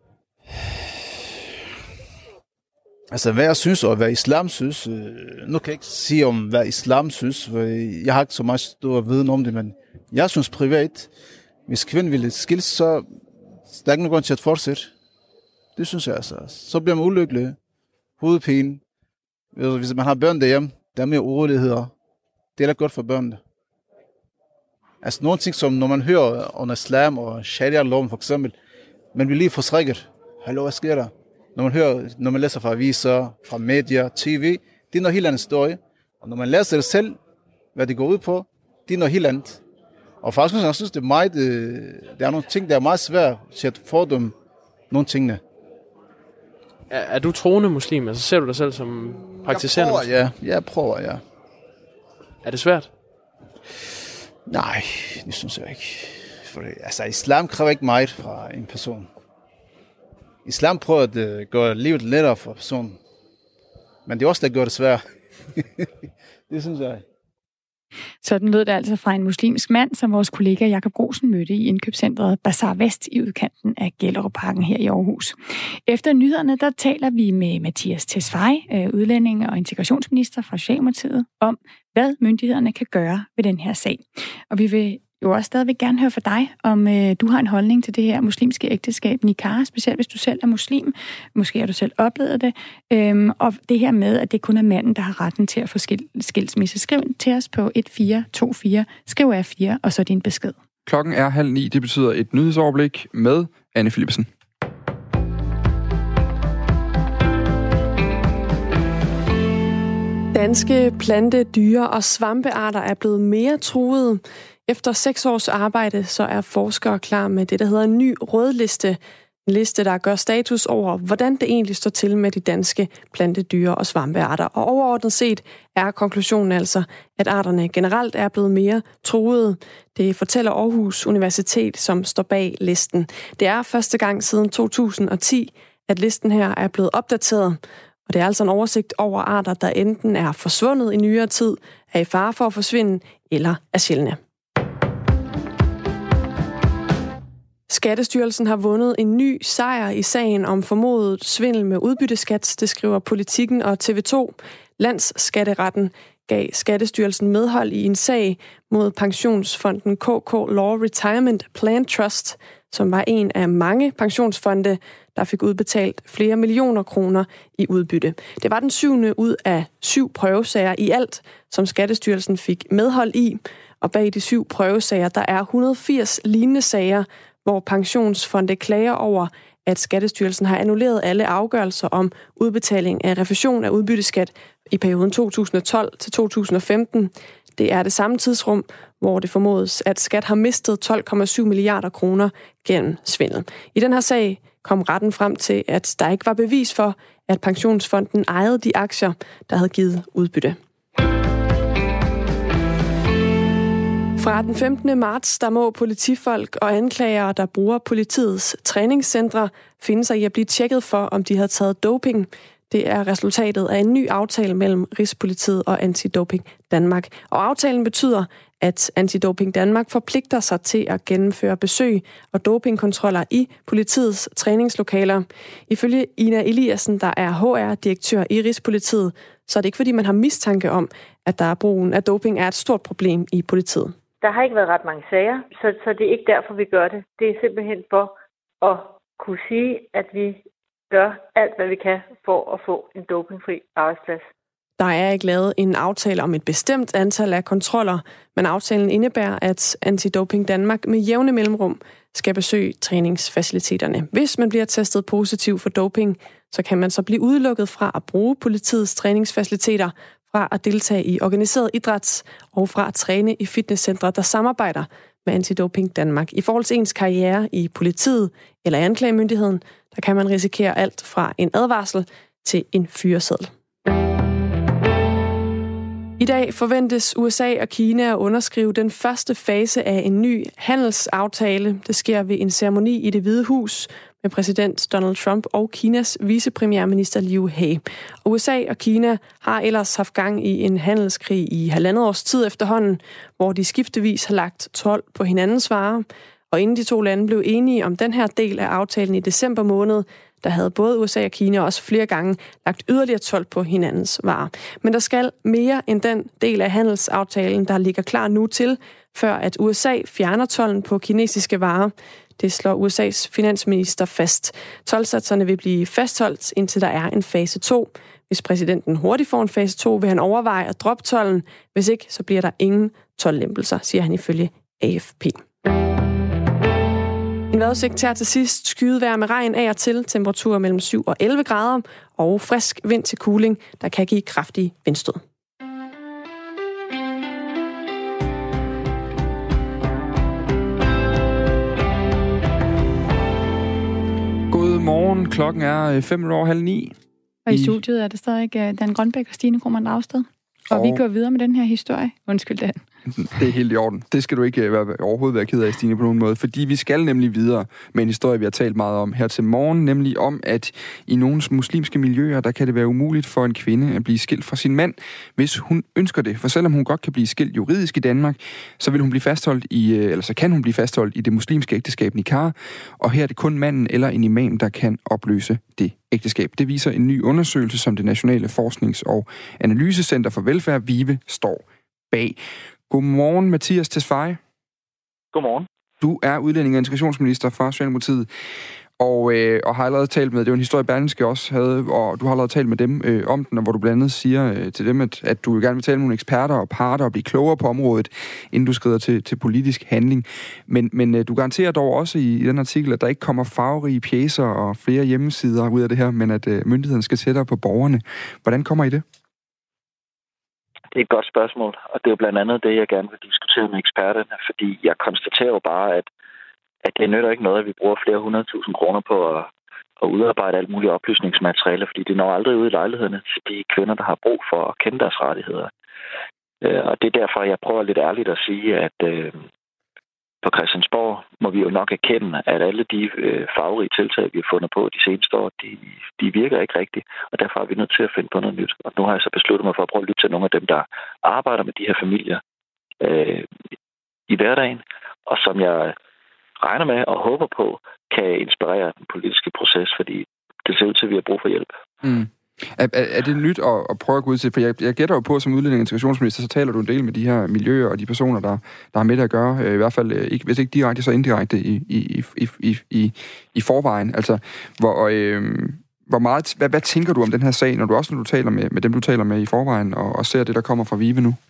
Altså, hvad jeg synes, og hvad islam synes, øh, nu kan jeg ikke sige om, hvad islam synes, for jeg har ikke så meget stor viden om det, men jeg synes privat, hvis kvinden vil skilles, så der er ikke nogen grund til at fortsætte. Det synes jeg altså. Så bliver man ulykkelig, hovedpine. Hvis man har børn derhjemme, der er mere uroligheder. Det er ikke godt for børnene. Altså, nogle ting, som når man hører under islam og sharia-loven for eksempel, man bliver lige forskrækket. Hallo, hvad sker der? Når man hører, når man læser fra aviser, fra medier, tv, det er noget helt andet historie. Og når man læser det selv, hvad det går ud på, det er noget helt andet. Og faktisk, jeg synes, det er meget, der er nogle ting, der er meget svært til at fordømme nogle tingene. Er, er du troende muslim? Altså ser du dig selv som praktiserende muslim? Ja, jeg prøver, ja. Er det svært? Nej, det synes jeg ikke. For altså, islam kræver ikke meget fra en person. Islam prøver at uh, gøre livet lettere for personen. Men det er også, der gør det svært. Det synes jeg. Sådan lød det altså fra en muslimsk mand, som vores kollega Jakob Grosen mødte i indkøbscentret Bazar Vest i udkanten af Gellerupparken her i Aarhus. Efter nyhederne, der taler vi med Mattias Tesfaye, udlændinge- og integrationsminister fra Socialdemokratiet, om, hvad myndighederne kan gøre ved den her sag. Og vi vil jo også stadigvæk gerne høre fra dig, om øh, du har en holdning til det her muslimske ægteskab nikah, specielt hvis du selv er muslim. Måske har du selv oplevet det. Øhm, og det her med, at det kun er manden, der har retten til at få skil- skilsmisse. Skriv til os på et fire to fire. Skriv R fire, og så din besked. Klokken er halv ni. Det betyder et nyhedsoverblik med Anne Philipsen. Danske plante-, dyre- og svampearter er blevet mere truede. Efter seks års arbejde, så er forskere klar med det, der hedder en ny rødliste. En liste, der gør status over, hvordan det egentlig står til med de danske plante-, dyre- og svampearter. Og overordnet set er konklusionen altså, at arterne generelt er blevet mere truede. Det fortæller Aarhus Universitet, som står bag listen. Det er første gang siden to tusind og ti, at listen her er blevet opdateret. Og det er altså en oversigt over arter, der enten er forsvundet i nyere tid, er i fare for at forsvinde eller er sjældne. Skattestyrelsen har vundet en ny sejr i sagen om formodet svindel med udbytteskat, det skriver Politikken og T V to. Landsskatteretten gav Skattestyrelsen medhold i en sag mod pensionsfonden K K Law Retirement Plan Trust, som var en af mange pensionsfonde, der fik udbetalt flere millioner kroner i udbytte. Det var den syvende ud af syv prøvesager i alt, som Skattestyrelsen fik medhold i. Og bag de syv prøvesager, der er et hundrede og firs lignende sager, hvor pensionsfonde klager over, at Skattestyrelsen har annulleret alle afgørelser om udbetaling af refusion af udbytteskat i perioden to tusind og tolv til to tusind og femten. Det er det samme tidsrum, hvor det formodes, at skat har mistet tolv komma syv milliarder kroner gennem svindel. I den her sag kom retten frem til, at der ikke var bevis for, at pensionsfonden ejede de aktier, der havde givet udbytte. Fra den femtende marts, der må politifolk og anklagere, der bruger politiets træningscentre, finde sig i at blive tjekket for, om de havde taget doping. Det er resultatet af en ny aftale mellem Rigspolitiet og Antidoping Danmark. Og aftalen betyder, at Antidoping Danmark forpligter sig til at gennemføre besøg og dopingkontroller i politiets træningslokaler. Ifølge Ina Eliassen, der er H R-direktør i Rigspolitiet, så er det ikke fordi, man har mistanke om, at der er brugen af doping er et stort problem i politiet. Der har ikke været ret mange sager, så, så det er ikke derfor, vi gør det. Det er simpelthen for at kunne sige, at vi gør alt, hvad vi kan for at få en dopingfri arbejdsplads. Der er ikke lavet en aftale om et bestemt antal af kontroller, men aftalen indebærer, at Antidoping Danmark med jævne mellemrum skal besøge træningsfaciliteterne. Hvis man bliver testet positiv for doping, så kan man så blive udelukket fra at bruge politiets træningsfaciliteter, fra at deltage i organiseret idræts og fra at træne i fitnesscentre, der samarbejder med Antidoping Danmark. I forhold til ens karriere i politiet eller anklagemyndigheden, der kan man risikere alt fra en advarsel til en fyreseddel. I dag forventes U S A og Kina at underskrive den første fase af en ny handelsaftale. Det sker ved en ceremoni i Det Hvide Hus med præsident Donald Trump og Kinas vicepremierminister Liu He. U S A og Kina har ellers haft gang i en handelskrig i halvandet års tid efterhånden, hvor de skiftevis har lagt told på hinandens varer. Og inden de to lande blev enige om den her del af aftalen i december måned, der havde både U S A og Kina også flere gange lagt yderligere told på hinandens varer. Men der skal mere end den del af handelsaftalen, der ligger klar nu til, før at U S A fjerner tolden på kinesiske varer. Det slår U S A's finansminister fast. Toldsatserne vil blive fastholdt, indtil der er en fase to. Hvis præsidenten hurtigt får en fase to, vil han overveje at droppe tolden. Hvis ikke, så bliver der ingen toldlempelser, siger han ifølge A F P. En vejrudsigt her til sidst. Skyet vejr med regn af og til. Temperaturer mellem syv og elleve grader. Og frisk vind til kuling, der kan give kraftige vindstød. Godmorgen. Klokken er fem over halv ni. Og i studiet er det stadig Dan Grønbæk og Stine Krohmann Dragsted. Og, og vi går videre med den her historie. Undskyld, Dan. Det er helt i orden. Det skal du ikke være, overhovedet være ked af, Stine, på nogen måde. Fordi vi skal nemlig videre med en historie, vi har talt meget om her til morgen. Nemlig om, at i nogle muslimske miljøer, der kan det være umuligt for en kvinde at blive skilt fra sin mand, hvis hun ønsker det. For selvom hun godt kan blive skilt juridisk i Danmark, så vil hun blive fastholdt i, eller så kan hun blive fastholdt i det muslimske ægteskab nikah. Og her er det kun manden eller en imam, der kan opløse det ægteskab. Det viser en ny undersøgelse, som det Nationale Forsknings- og Analysecenter for Velfærd, VIVE, står bag. Godmorgen, Mattias Tesfaye. Godmorgen. Du er udlænding- og integrationsminister fra Socialdemokratiet, og, øh, og har allerede talt med, det var en historie, Berlingske også havde, og du har allerede talt med dem øh, om den, og hvor du blandt andet siger øh, til dem, at, at du gerne vil tale med nogle eksperter og parter og blive klogere på området, inden du skrider til, til politisk handling. Men, men øh, du garanterer dog også i, i den artikel, at der ikke kommer farverige pjecer og flere hjemmesider ud af det her, men at øh, myndigheden skal tættere på borgerne. Hvordan kommer I det? Det er et godt spørgsmål, og det er jo blandt andet det, jeg gerne vil diskutere med eksperterne, fordi jeg konstaterer jo bare, at, at det nytter ikke noget, at vi bruger flere hundredtusind kroner på at, at udarbejde alt muligt oplysningsmateriale, fordi det når aldrig ud i lejlighederne til de kvinder, der har brug for at kende deres rettigheder. Og det er derfor, jeg prøver lidt ærligt at sige, at øh, på Christiansborg må vi jo nok erkende, at alle de øh, farverige tiltag, vi har fundet på de seneste år, de, de virker ikke rigtigt, og derfor er vi nødt til at finde på noget nyt. Og nu har jeg så besluttet mig for at prøve at lytte til nogle af dem, der arbejder med de her familier øh, i hverdagen, og som jeg regner med og håber på, kan inspirere den politiske proces, fordi det ser ud til, at vi har brug for hjælp. Mm. Er, er, er det nyt at, at prøve at gå ud til? For jeg, jeg gætter jo på, som udlænding- og integrationsminister, så taler du en del med de her miljøer og de personer, der, der har med det at gøre. I hvert fald, ikke, hvis ikke direkte, så indirekte i, i, i, i, i, i forvejen. Altså, hvor, øh, hvor meget, hvad, hvad tænker du om den her sag, når du også når du taler med, med dem, du taler med i forvejen, og, og ser det, der kommer fra VIVE nu?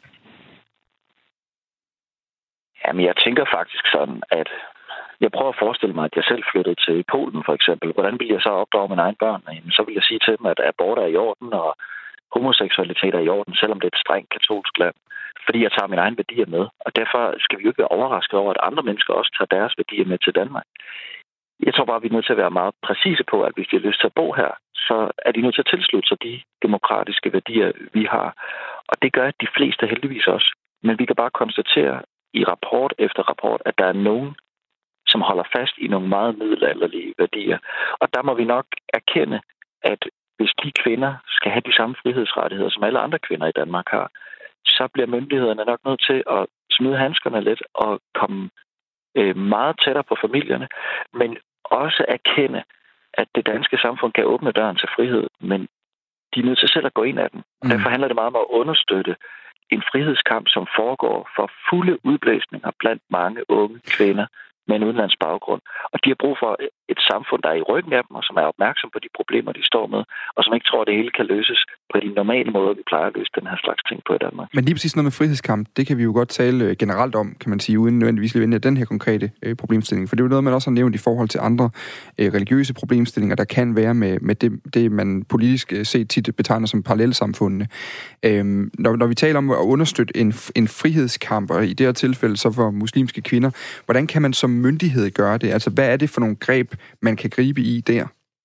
Jamen, jeg tænker faktisk sådan, at jeg prøver at forestille mig, at jeg selv flyttede til Polen, for eksempel. Hvordan ville jeg så opdrage mine egne børn? Jamen, så vil jeg sige til dem, at abort er i orden, og homoseksualitet er i orden, selvom det er et strengt katolsk land. Fordi jeg tager mine egne værdier med. Og derfor skal vi jo ikke være overrasket over, at andre mennesker også tager deres værdier med til Danmark. Jeg tror bare, at vi er nødt til at være meget præcise på, at hvis de har lyst til at bo her, så er de nødt til at tilslutte sig de demokratiske værdier, vi har. Og det gør de fleste heldigvis også. Men vi kan bare konstatere i rapport efter rapport, at der er nogen, som holder fast i nogle meget middelalderlige værdier. Og der må vi nok erkende, at hvis de kvinder skal have de samme frihedsrettigheder, som alle andre kvinder i Danmark har, så bliver myndighederne nok nødt til at smide handskerne lidt og komme øh, meget tættere på familierne, men også erkende, at det danske samfund kan åbne døren til frihed, men de er nødt til selv at gå ind af den. Mm. Derfor handler det meget om at understøtte en frihedskamp, som foregår for fulde udblæsninger blandt mange unge kvinder med en udenlandsk baggrund. Og de har brug for et samfund, der er i ryggen af dem, og som er opmærksom på de problemer, de står med, og som ikke tror, at det hele kan løses på de normale måder, vi plejer at løse den her slags ting på i Danmark. Men lige præcis noget med frihedskamp, det kan vi jo godt tale generelt om, kan man sige, uden nødvendigvis lige vende den her konkrete øh, problemstilling. For det er jo noget, man også har nævnt i forhold til andre øh, religiøse problemstillinger, der kan være med, med det, det, man politisk øh, set tit betegner som parallelsamfundene. Øh, når, når vi taler om at understøtte en, en frihedskamp, og i det her tilfælde så for muslimske kvinder, hvordan kan man som myndighed gøre det? Altså, hvad er det for nogle greb, man kan gribe i der?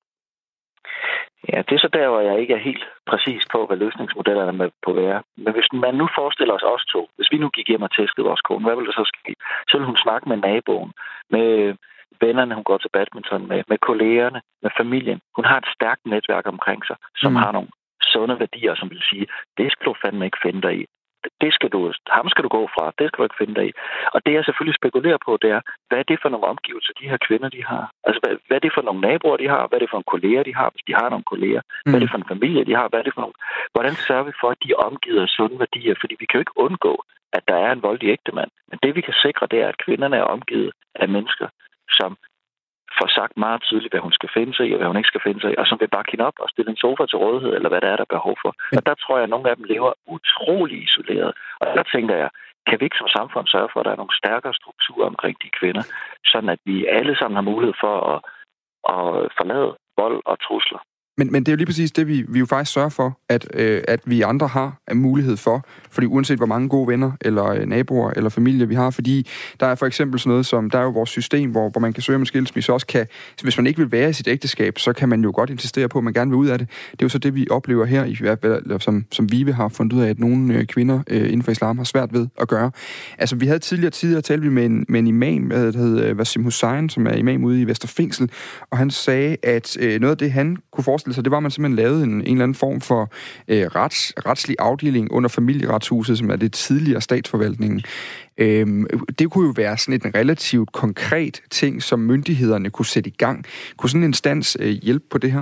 Ja, det er så der, hvor jeg ikke er helt præcis på, hvad løsningsmodellerne er med på at være. Men hvis man nu forestiller os os to, hvis vi nu gik hjem og tæskede vores kone, hvad ville der så ske? Så ville hun snakke med naboen, med vennerne, hun går til badminton med, med kollegerne, med familien. Hun har et stærkt netværk omkring sig, som mm. har nogle sunde værdier, som vil sige, det skal du fandme ikke finde dig i. Det skal du, ham skal du gå fra, det skal du ikke finde dig i. Og det jeg selvfølgelig spekulerer på, det er, hvad er det for nogle omgivelser, de her kvinder, de har? Altså, hvad, hvad er det for nogle naboer, de har? Hvad er det for nogle kolleger, de har, hvis de har nogle kolleger? Mm. Hvad er det for en familie, de har? Hvad er det for nogle... Hvordan sørger vi for, at de er omgivet af sunde værdier? Fordi vi kan jo ikke undgå, at der er en voldelig ægtemand. Men det, vi kan sikre, det er, at kvinderne er omgivet af mennesker, som får sagt meget tydeligt, hvad hun skal finde sig i, og hvad hun ikke skal finde sig i, og som vil bakke hende op og stille en sofa til rådighed, eller hvad der er, der er behov for. Og der tror jeg, at nogle af dem lever utrolig isoleret. Og der tænker jeg, kan vi ikke som samfund sørge for, at der er nogle stærkere strukturer omkring de kvinder, sådan at vi alle sammen har mulighed for at, at forlade vold og trusler. Men, men det er jo lige præcis det, vi, vi jo faktisk sørger for, at, øh, at vi andre har en mulighed for. Fordi uanset hvor mange gode venner, eller øh, naboer, eller familie vi har, fordi der er for eksempel sådan noget som, der er jo vores system, hvor, hvor man kan søge om skilsmisse, også kan, hvis man ikke vil være i sit ægteskab, så kan man jo godt insistere på, at man gerne vil ud af det. Det er jo så det, vi oplever her, i hvert fald, som, som Vive har fundet ud af, at nogle øh, kvinder øh, inden for islam har svært ved at gøre. Altså, vi havde tidligere tider talt vi med en, med en imam, der hed Wasim Hussein, som er imam ude i Vesterfængsel, og han sagde, at øh, noget af det, han kunne forestille sig, det var, at man simpelthen lavede en, en eller anden form for øh, rets, retslig afdeling under familieretshuset, som er det tidligere statsforvaltningen. Øhm, det kunne jo være sådan en relativt konkret ting, som myndighederne kunne sætte i gang. Kunne sådan en instans øh, hjælpe på det her?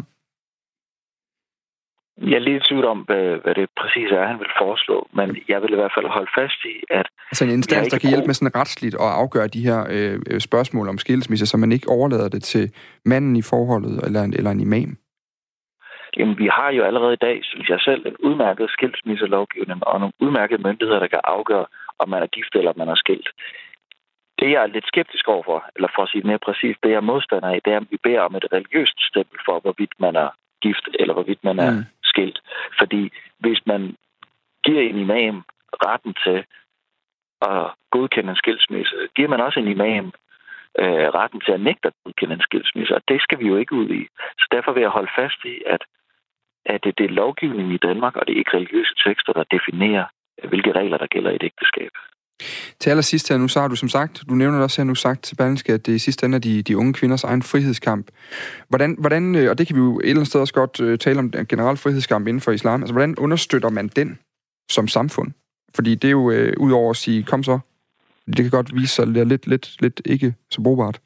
Jeg er lidt i tvivl om, hvad, hvad det præcis er, han vil foreslå, men jeg vil i hvert fald holde fast i, at... Altså en instans, der kan hjælpe med sådan retsligt at afgøre de her øh, spørgsmål om skilsmisse, så man ikke overlader det til manden i forholdet eller en, eller en imam. Jamen, vi har jo allerede i dag, synes jeg selv, en udmærket skilsmisselovgivning og nogle udmærkede myndigheder, der kan afgøre, om man er gift eller om man er skilt. Det, jeg er lidt skeptisk overfor, eller for at sige mere præcist, det jeg er modstander af, det er, at vi beder om et religiøst stempel for, hvorvidt man er gift eller hvorvidt man er mm. skilt. Fordi hvis man giver en imam retten til at godkende en skilsmisse, giver man også en imam øh, retten til at nægte at godkende en skilsmisse, og det skal vi jo ikke ud i. Så derfor vil jeg holde fast i, at at det, det er lovgivningen i Danmark, og det er ikke religiøse tekster, der definerer, hvilke regler, der gælder i et ægteskab. Til allersidst her nu, så har du som sagt, du nævner også her nu sagt til Berlingske, at det i sidste ende er de, de unge kvinders egen frihedskamp. Hvordan, hvordan, og det kan vi jo et eller andet sted også godt uh, tale om, en generel frihedskamp inden for islam. Altså, hvordan understøtter man den som samfund? Fordi det er jo uh, ud over at sige, kom så, det kan godt vise sig lidt, lidt, lidt ikke så brugbart.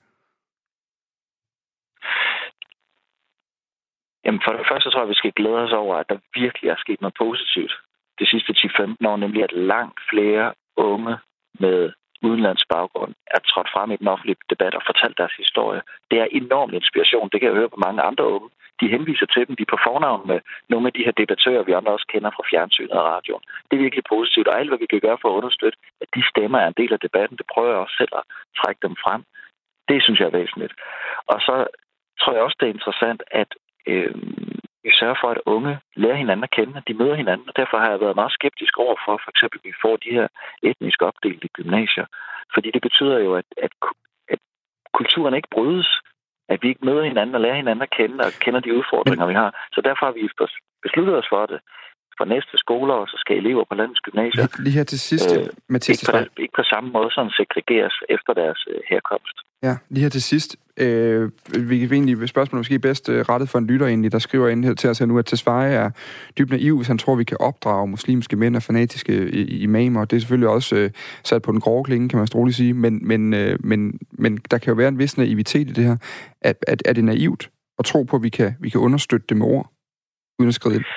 Jamen for det første tror jeg, at vi skal glæde os over, at der virkelig er sket noget positivt de sidste ti til femten år, nemlig at langt flere unge med udenlandsk baggrund er trådt frem i den offentlige debat og fortalt deres historie. Det er enorm inspiration. Det kan jeg høre på mange andre unge. De henviser til dem. De er på fornavn med nogle af de her debattører, vi andre også kender fra fjernsynet og radioen. Det er virkelig positivt, og alt, hvad vi kan gøre for at understøtte, at de stemmer er en del af debatten, det prøver jeg også selv at trække dem frem. Det synes jeg er væsentligt. Og så tror jeg også, det er interessant, at øh, vi sørger for, at unge lærer hinanden at kende, at de møder hinanden, og derfor har jeg været meget skeptisk over for, for eksempel, at vi får de her etnisk opdelte gymnasier. Fordi det betyder jo, at, at, at kulturen ikke brydes, at vi ikke møder hinanden og lærer hinanden at kende, og kender de udfordringer, vi har. Så derfor har vi besluttet os for det. For næste skoleår, så skal elever på landets gymnasier lige, lige her til sidst, øh, Mathias, ikke, på, ikke på samme måde sådan segregeres efter deres øh, herkomst. Ja, lige her til sidst. Øh, vi kan egentlig spørgsmålet måske bedst øh, rettet for en lytter egentlig, der skriver ind her til os her nu, at Tesfaye er dybt naiv, hvis han tror, vi kan opdrage muslimske mænd og fanatiske imamer. Det er selvfølgelig også øh, sat på den grove klinge, kan man roligt sige, men, men, øh, men, men der kan jo være en vis naivitet i det her. At, at, er det naivt at tro på, at vi kan, vi kan understøtte det med ord, uden at skride ind?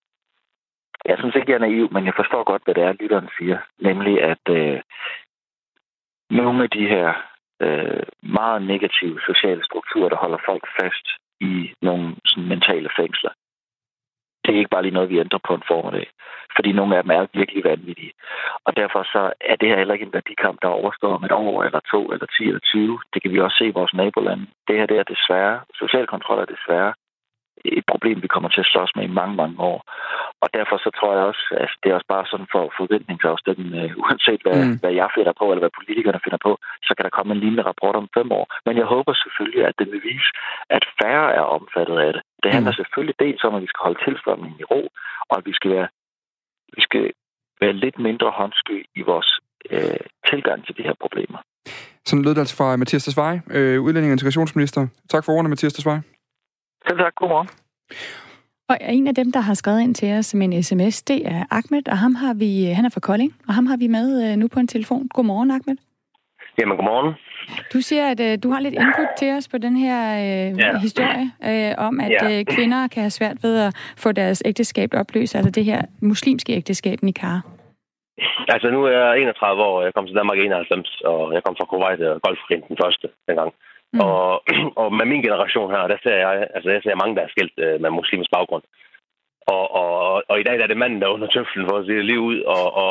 Jeg synes ikke, jeg er naiv, men jeg forstår godt, hvad det er, lytteren siger. Nemlig, at øh, nogle af de her øh, meget negative sociale strukturer, der holder folk fast i nogle sådan, mentale fængsler, det er ikke bare lige noget, vi ændrer på en formiddag. Fordi nogle af dem er virkelig vanvittige. Og derfor så er det her heller ikke en værdikamp, der overstår om et år, eller to, eller ti, eller tyve. Det kan vi også se i vores nabolande. Det her det er desværre, social kontrol er desværre et problem, vi kommer til at slås med i mange, mange år. Og derfor så tror jeg også, at det er også bare sådan for forventningsafstemning, uh, uanset hvad, mm. hvad jeg finder på, eller hvad politikerne finder på, så kan der komme en lignende rapport om fem år. Men jeg håber selvfølgelig, at det vil vise, at færre er omfattet af det. Det handler mm. selvfølgelig dels om, at vi skal holde tilstrømningen i ro, og at vi skal være, vi skal være lidt mindre håndsky i vores øh, tilgang til de her problemer. Sådan lød det altså fra Mathias Tesfaye, øh, udlænding- og integrationsminister. Tak for ordene, Mathias Tesfaye. Selv tak. Godmorgen. Og en af dem, der har skrevet ind til os med en sms, det er Ahmed, og ham har vi, han er fra Kolding, og ham har vi med nu på en telefon. Godmorgen, Ahmed. Jamen, godmorgen. Du siger, at uh, du har lidt input til os på den her uh, ja. historie uh, om, at ja. uh, kvinder kan have svært ved at få deres ægteskab opløst, altså det her muslimske ægteskab, nikah. Altså, nu er jeg enogtredive år, jeg kom til Danmark i enoghalvfems, og jeg kom fra Kuwait og Golfkrigen den første dengang. Mm. Og, og med min generation her, der ser jeg, altså jeg ser mange, der er skilt øh, med muslimsk baggrund. Og, og, og, og i dag der er det manden, der er under tøflen for at se liv ud, og, og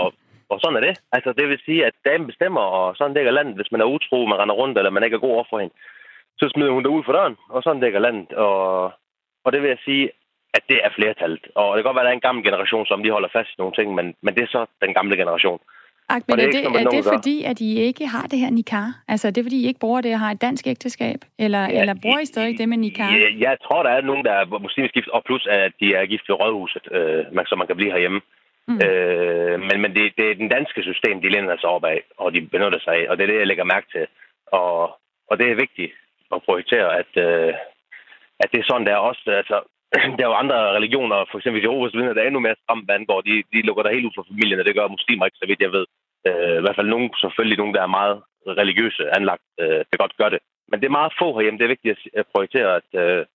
og sådan er det. Altså, det vil sige, at damen bestemmer, og sådan dækker landet. Hvis man er utro, man render rundt, eller man ikke er god over for hende, så smider hun det ud for døren, og sådan dækker landet. Og, og det vil jeg sige, at det er flertallet. Og det kan godt være, at der er en gammel generation, som lige holder fast i nogle ting, men, men det er så den gamle generation. Ak, men er det, er det fordi, at I ikke har det her nikah? Altså, er det fordi, I ikke bruger det og har et dansk ægteskab? Eller, ja, eller bruger I stadig det med nikah? Ja, jeg tror, der er nogen, der er muslimsk gift, og plus at de er gift ved rådhuset, øh, så man kan blive herhjemme. Mm. Øh, men men det, det er den danske system, de lænder sig op af, og de benytter sig af, og det er det, jeg lægger mærke til. Og, og det er vigtigt at prioritere, at, øh, at det er sådan, der er også. Altså, der er jo andre religioner, for eksempel Jehovas vidner, der er endnu mere stramt, hvad angår. De, de lukker der helt ud for familien, og det gør muslimer ikke, så vidt jeg ved. Øh, I hvert fald nogen, selvfølgelig nogen, der er meget religiøse anlagt, øh, det godt gør det. Men det er meget få herhjemme. Det er vigtigt at prioritere, at, øh,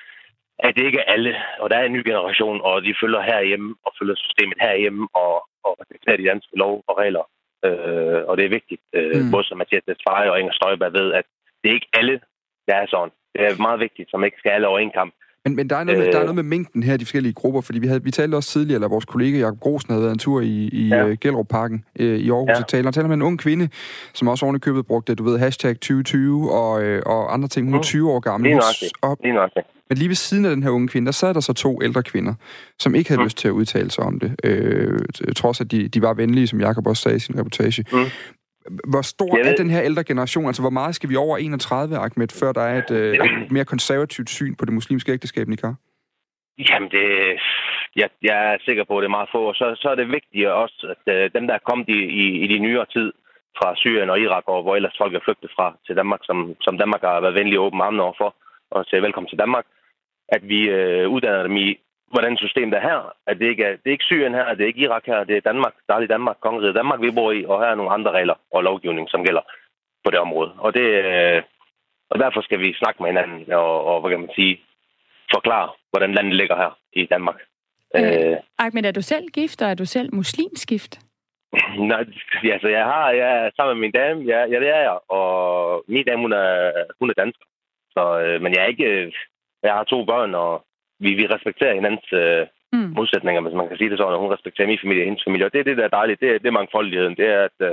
at det ikke er alle. Og der er en ny generation, og de følger herhjemme, og følger systemet herhjemme, og, og respekterer de danske lov og regler. Øh, og det er vigtigt, øh, mm. både som Mathias Tesfaye og Inger Støjberg ved, at det er ikke alle, der er sådan. Det er meget vigtigt, som ikke skal alle over en kamp. Men, men der, er noget med, øh, der er noget med mængden her, de forskellige grupper, fordi vi, havde, vi talte også tidligere, eller vores kollega Jakob Grosen havde været en tur i, i ja. uh, Gellerup-parken uh, i Aarhus, ja. og taler, taler med en ung kvinde, som også oven i købet brugte, du ved, hashtag tyve tyve og, uh, og andre ting. Hun er tyve år gammel. Lige nøjagtigt. Lige nøjagtigt. Men lige ved siden af den her unge kvinde, der sad der så to ældre kvinder, som ikke havde mm. lyst til at udtale sig om det, øh, trods at de, de var venlige, som Jakob også sagde i sin reportage. Mm. Hvor stor er den her ældre generation? Altså, hvor meget skal vi over enogtredive, Ahmed, før der er et, øh, et mere konservativt syn på det muslimske ægteskab, nikah? Jamen, det, jeg, jeg er sikker på, at det er meget få. Så, så er det vigtigt også, at øh, dem, der er kommet i, i, i de nyere tid fra Syrien og Irak, og hvor ellers folk er flygtet fra til Danmark, som, som Danmark har været venlig åben armene overfor, og til velkommen til Danmark, at vi øh, uddanner dem i, hvordan systemet er her. At det ikke er, det er ikke Syrien her, det er ikke Irak her, det er Danmark, dejligt Danmark, kongeriget Danmark, vi bor i, og her er nogle andre regler og lovgivning, som gælder på det område. Og, det, øh, og derfor skal vi snakke med hinanden og, og hvad kan man sige, forklare, hvordan landet ligger her i Danmark. Øh, Ahmed, er du selv gift, og er du selv muslimsk gift? Nej, altså jeg har, jeg er sammen med min dame, ja, ja det er jeg, og min dame, hun er, hun er dansker. Så, øh, men jeg er ikke, jeg har to børn, og vi, vi respekterer hinandens øh, mm. modsætninger, hvis man kan sige det sådan, og hun respekterer min familie og hendes familie, og det er det, der er dejligt, det er, det er mangfoldigheden, det er, at øh,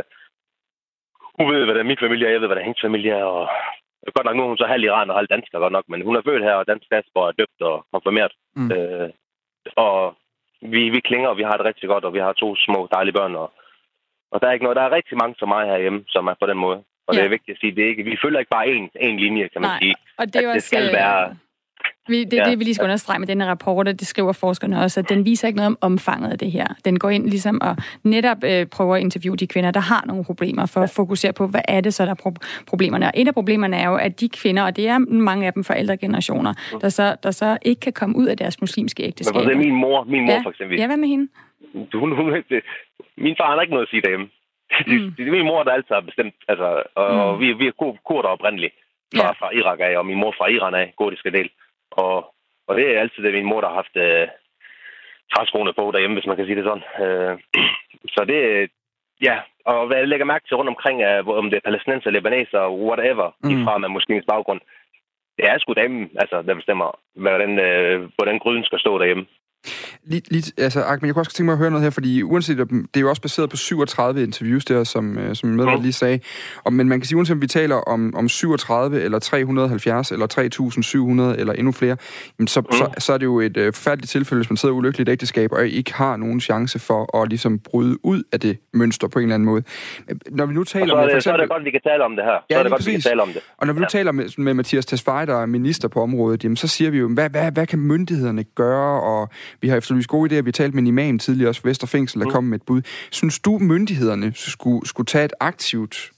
hun ved, hvad der er min familie, og jeg ved, hvad der er hendes familie, og godt nok nu er hun så halv iraner og halv dansker godt nok, men hun er født her, og dansk statsborger er døbt og konfirmeret. Mm. Øh, og vi, vi klinger, og vi har det rigtig godt, og vi har to små dejlige børn, og, og der er ikke noget, der er rigtig mange som mig herhjemme, som er på den måde. Og ja. Det er vigtigt at sige, det er ikke, vi følger ikke bare én, én linje, kan man Nej. sige. Og det, er det også, skal være... Vi, det er ja. det, vi lige skal understrege med denne rapport, og det skriver forskerne også, at den viser ikke noget om omfanget af det her. Den går ind ligesom og netop øh, prøver at interviewe de kvinder, der har nogle problemer, for at fokusere på, hvad er det så, der er pro- problemerne. Og et af problemerne er jo, at de kvinder, og det er mange af dem fra ældre generationer, mm. der, så, der så ikke kan komme ud af deres muslimske ægteskaber. Men det er min mor, min mor ja. for eksempel. Ja, hvad med hende? Hun, hun, det, min far har ikke noget at sige derhjemme. Mm. Det er min mor, der altid har bestemt, altså, og mm. vi, vi er kurder oprindeligt fra, ja. fra Irak af, og min mor fra Iran af, kurdiske del. Og Og det er altid det, min mor, der har haft øh, træskoene på derhjemme, hvis man kan sige det sådan. Øh, så det, ja, og hvad jeg lægger mærke til rundt omkring, er, om det er palæstinenser, libaneser, whatever, mm. ifra med muslimsk baggrund, det er sgu damen, altså, der bestemmer, hvordan, øh, hvordan gryden skal stå derhjemme. Lige, lige, altså, Ahmed, jeg kunne også tænke mig at høre noget her, fordi uanset, det er jo også baseret på syvogtredive interviews der, som, som medvært lige sagde, og, men man kan sige, uanset om vi taler om, om syvogtredive, eller tre hundrede og halvfjerds, eller tre tusind syv hundrede, eller endnu flere, jamen så, mm. så, så er det jo et uh, forfærdeligt tilfælde, hvis man sidder i ulykkeligt ægteskab, og ikke har nogen chance for at ligesom bryde ud af det mønster på en eller anden måde. Når vi nu taler og så, er det, med, for eksempel, så er det godt, vi kan tale om det her. Så ja, er det godt, præcis. vi kan tale om det. Og når vi nu ja. taler med, med Mathias Tesfaye, der er minister på området, jamen, så siger vi jo, hvad, hvad, hvad kan myndighederne gøre, og vi har efterlyst gode idéer. Vi talte med en imam tidligere også, Vesterfængsel, der mm. kom med et bud. Synes du, myndighederne skulle, skulle tage et aktivt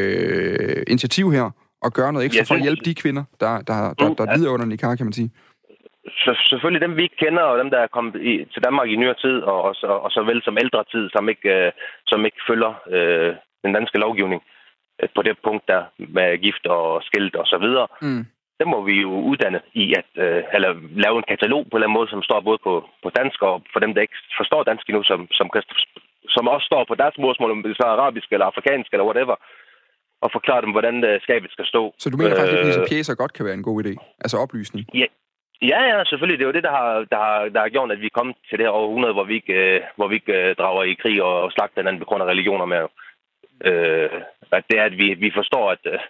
øh, initiativ her, og gøre noget ekstra for at hjælpe de kvinder, der, der, der, der, der lider under nikah, kan man sige? Så, selvfølgelig dem, vi ikke kender, og dem, der er kommet i, til Danmark i nyere tid, og, og, og, og så vel som ældre tid, som ikke, øh, som ikke følger øh, den danske lovgivning øh, på det punkt der med gift og skilt og så videre. Mm. Det må vi jo uddanne i at øh, eller lave en katalog på den måde, som står både på, på dansk og for dem, der ikke forstår dansk endnu, som, som, som også står på deres modersmål, om det er arabisk eller afrikansk eller whatever, og forklare dem, hvordan skabet skal stå. Så du mener faktisk, at disse pjæser godt kan være en god idé? Altså oplysning? Ja, Ja, ja, selvfølgelig. Det er jo det, der har, der har, der har gjort, at vi er kommet til det her århundrede, hvor vi ikke, øh, hvor vi ikke øh, drager i krig og, og slagter hinanden på grund af religioner med. Øh, at det er, at vi, vi forstår, at øh,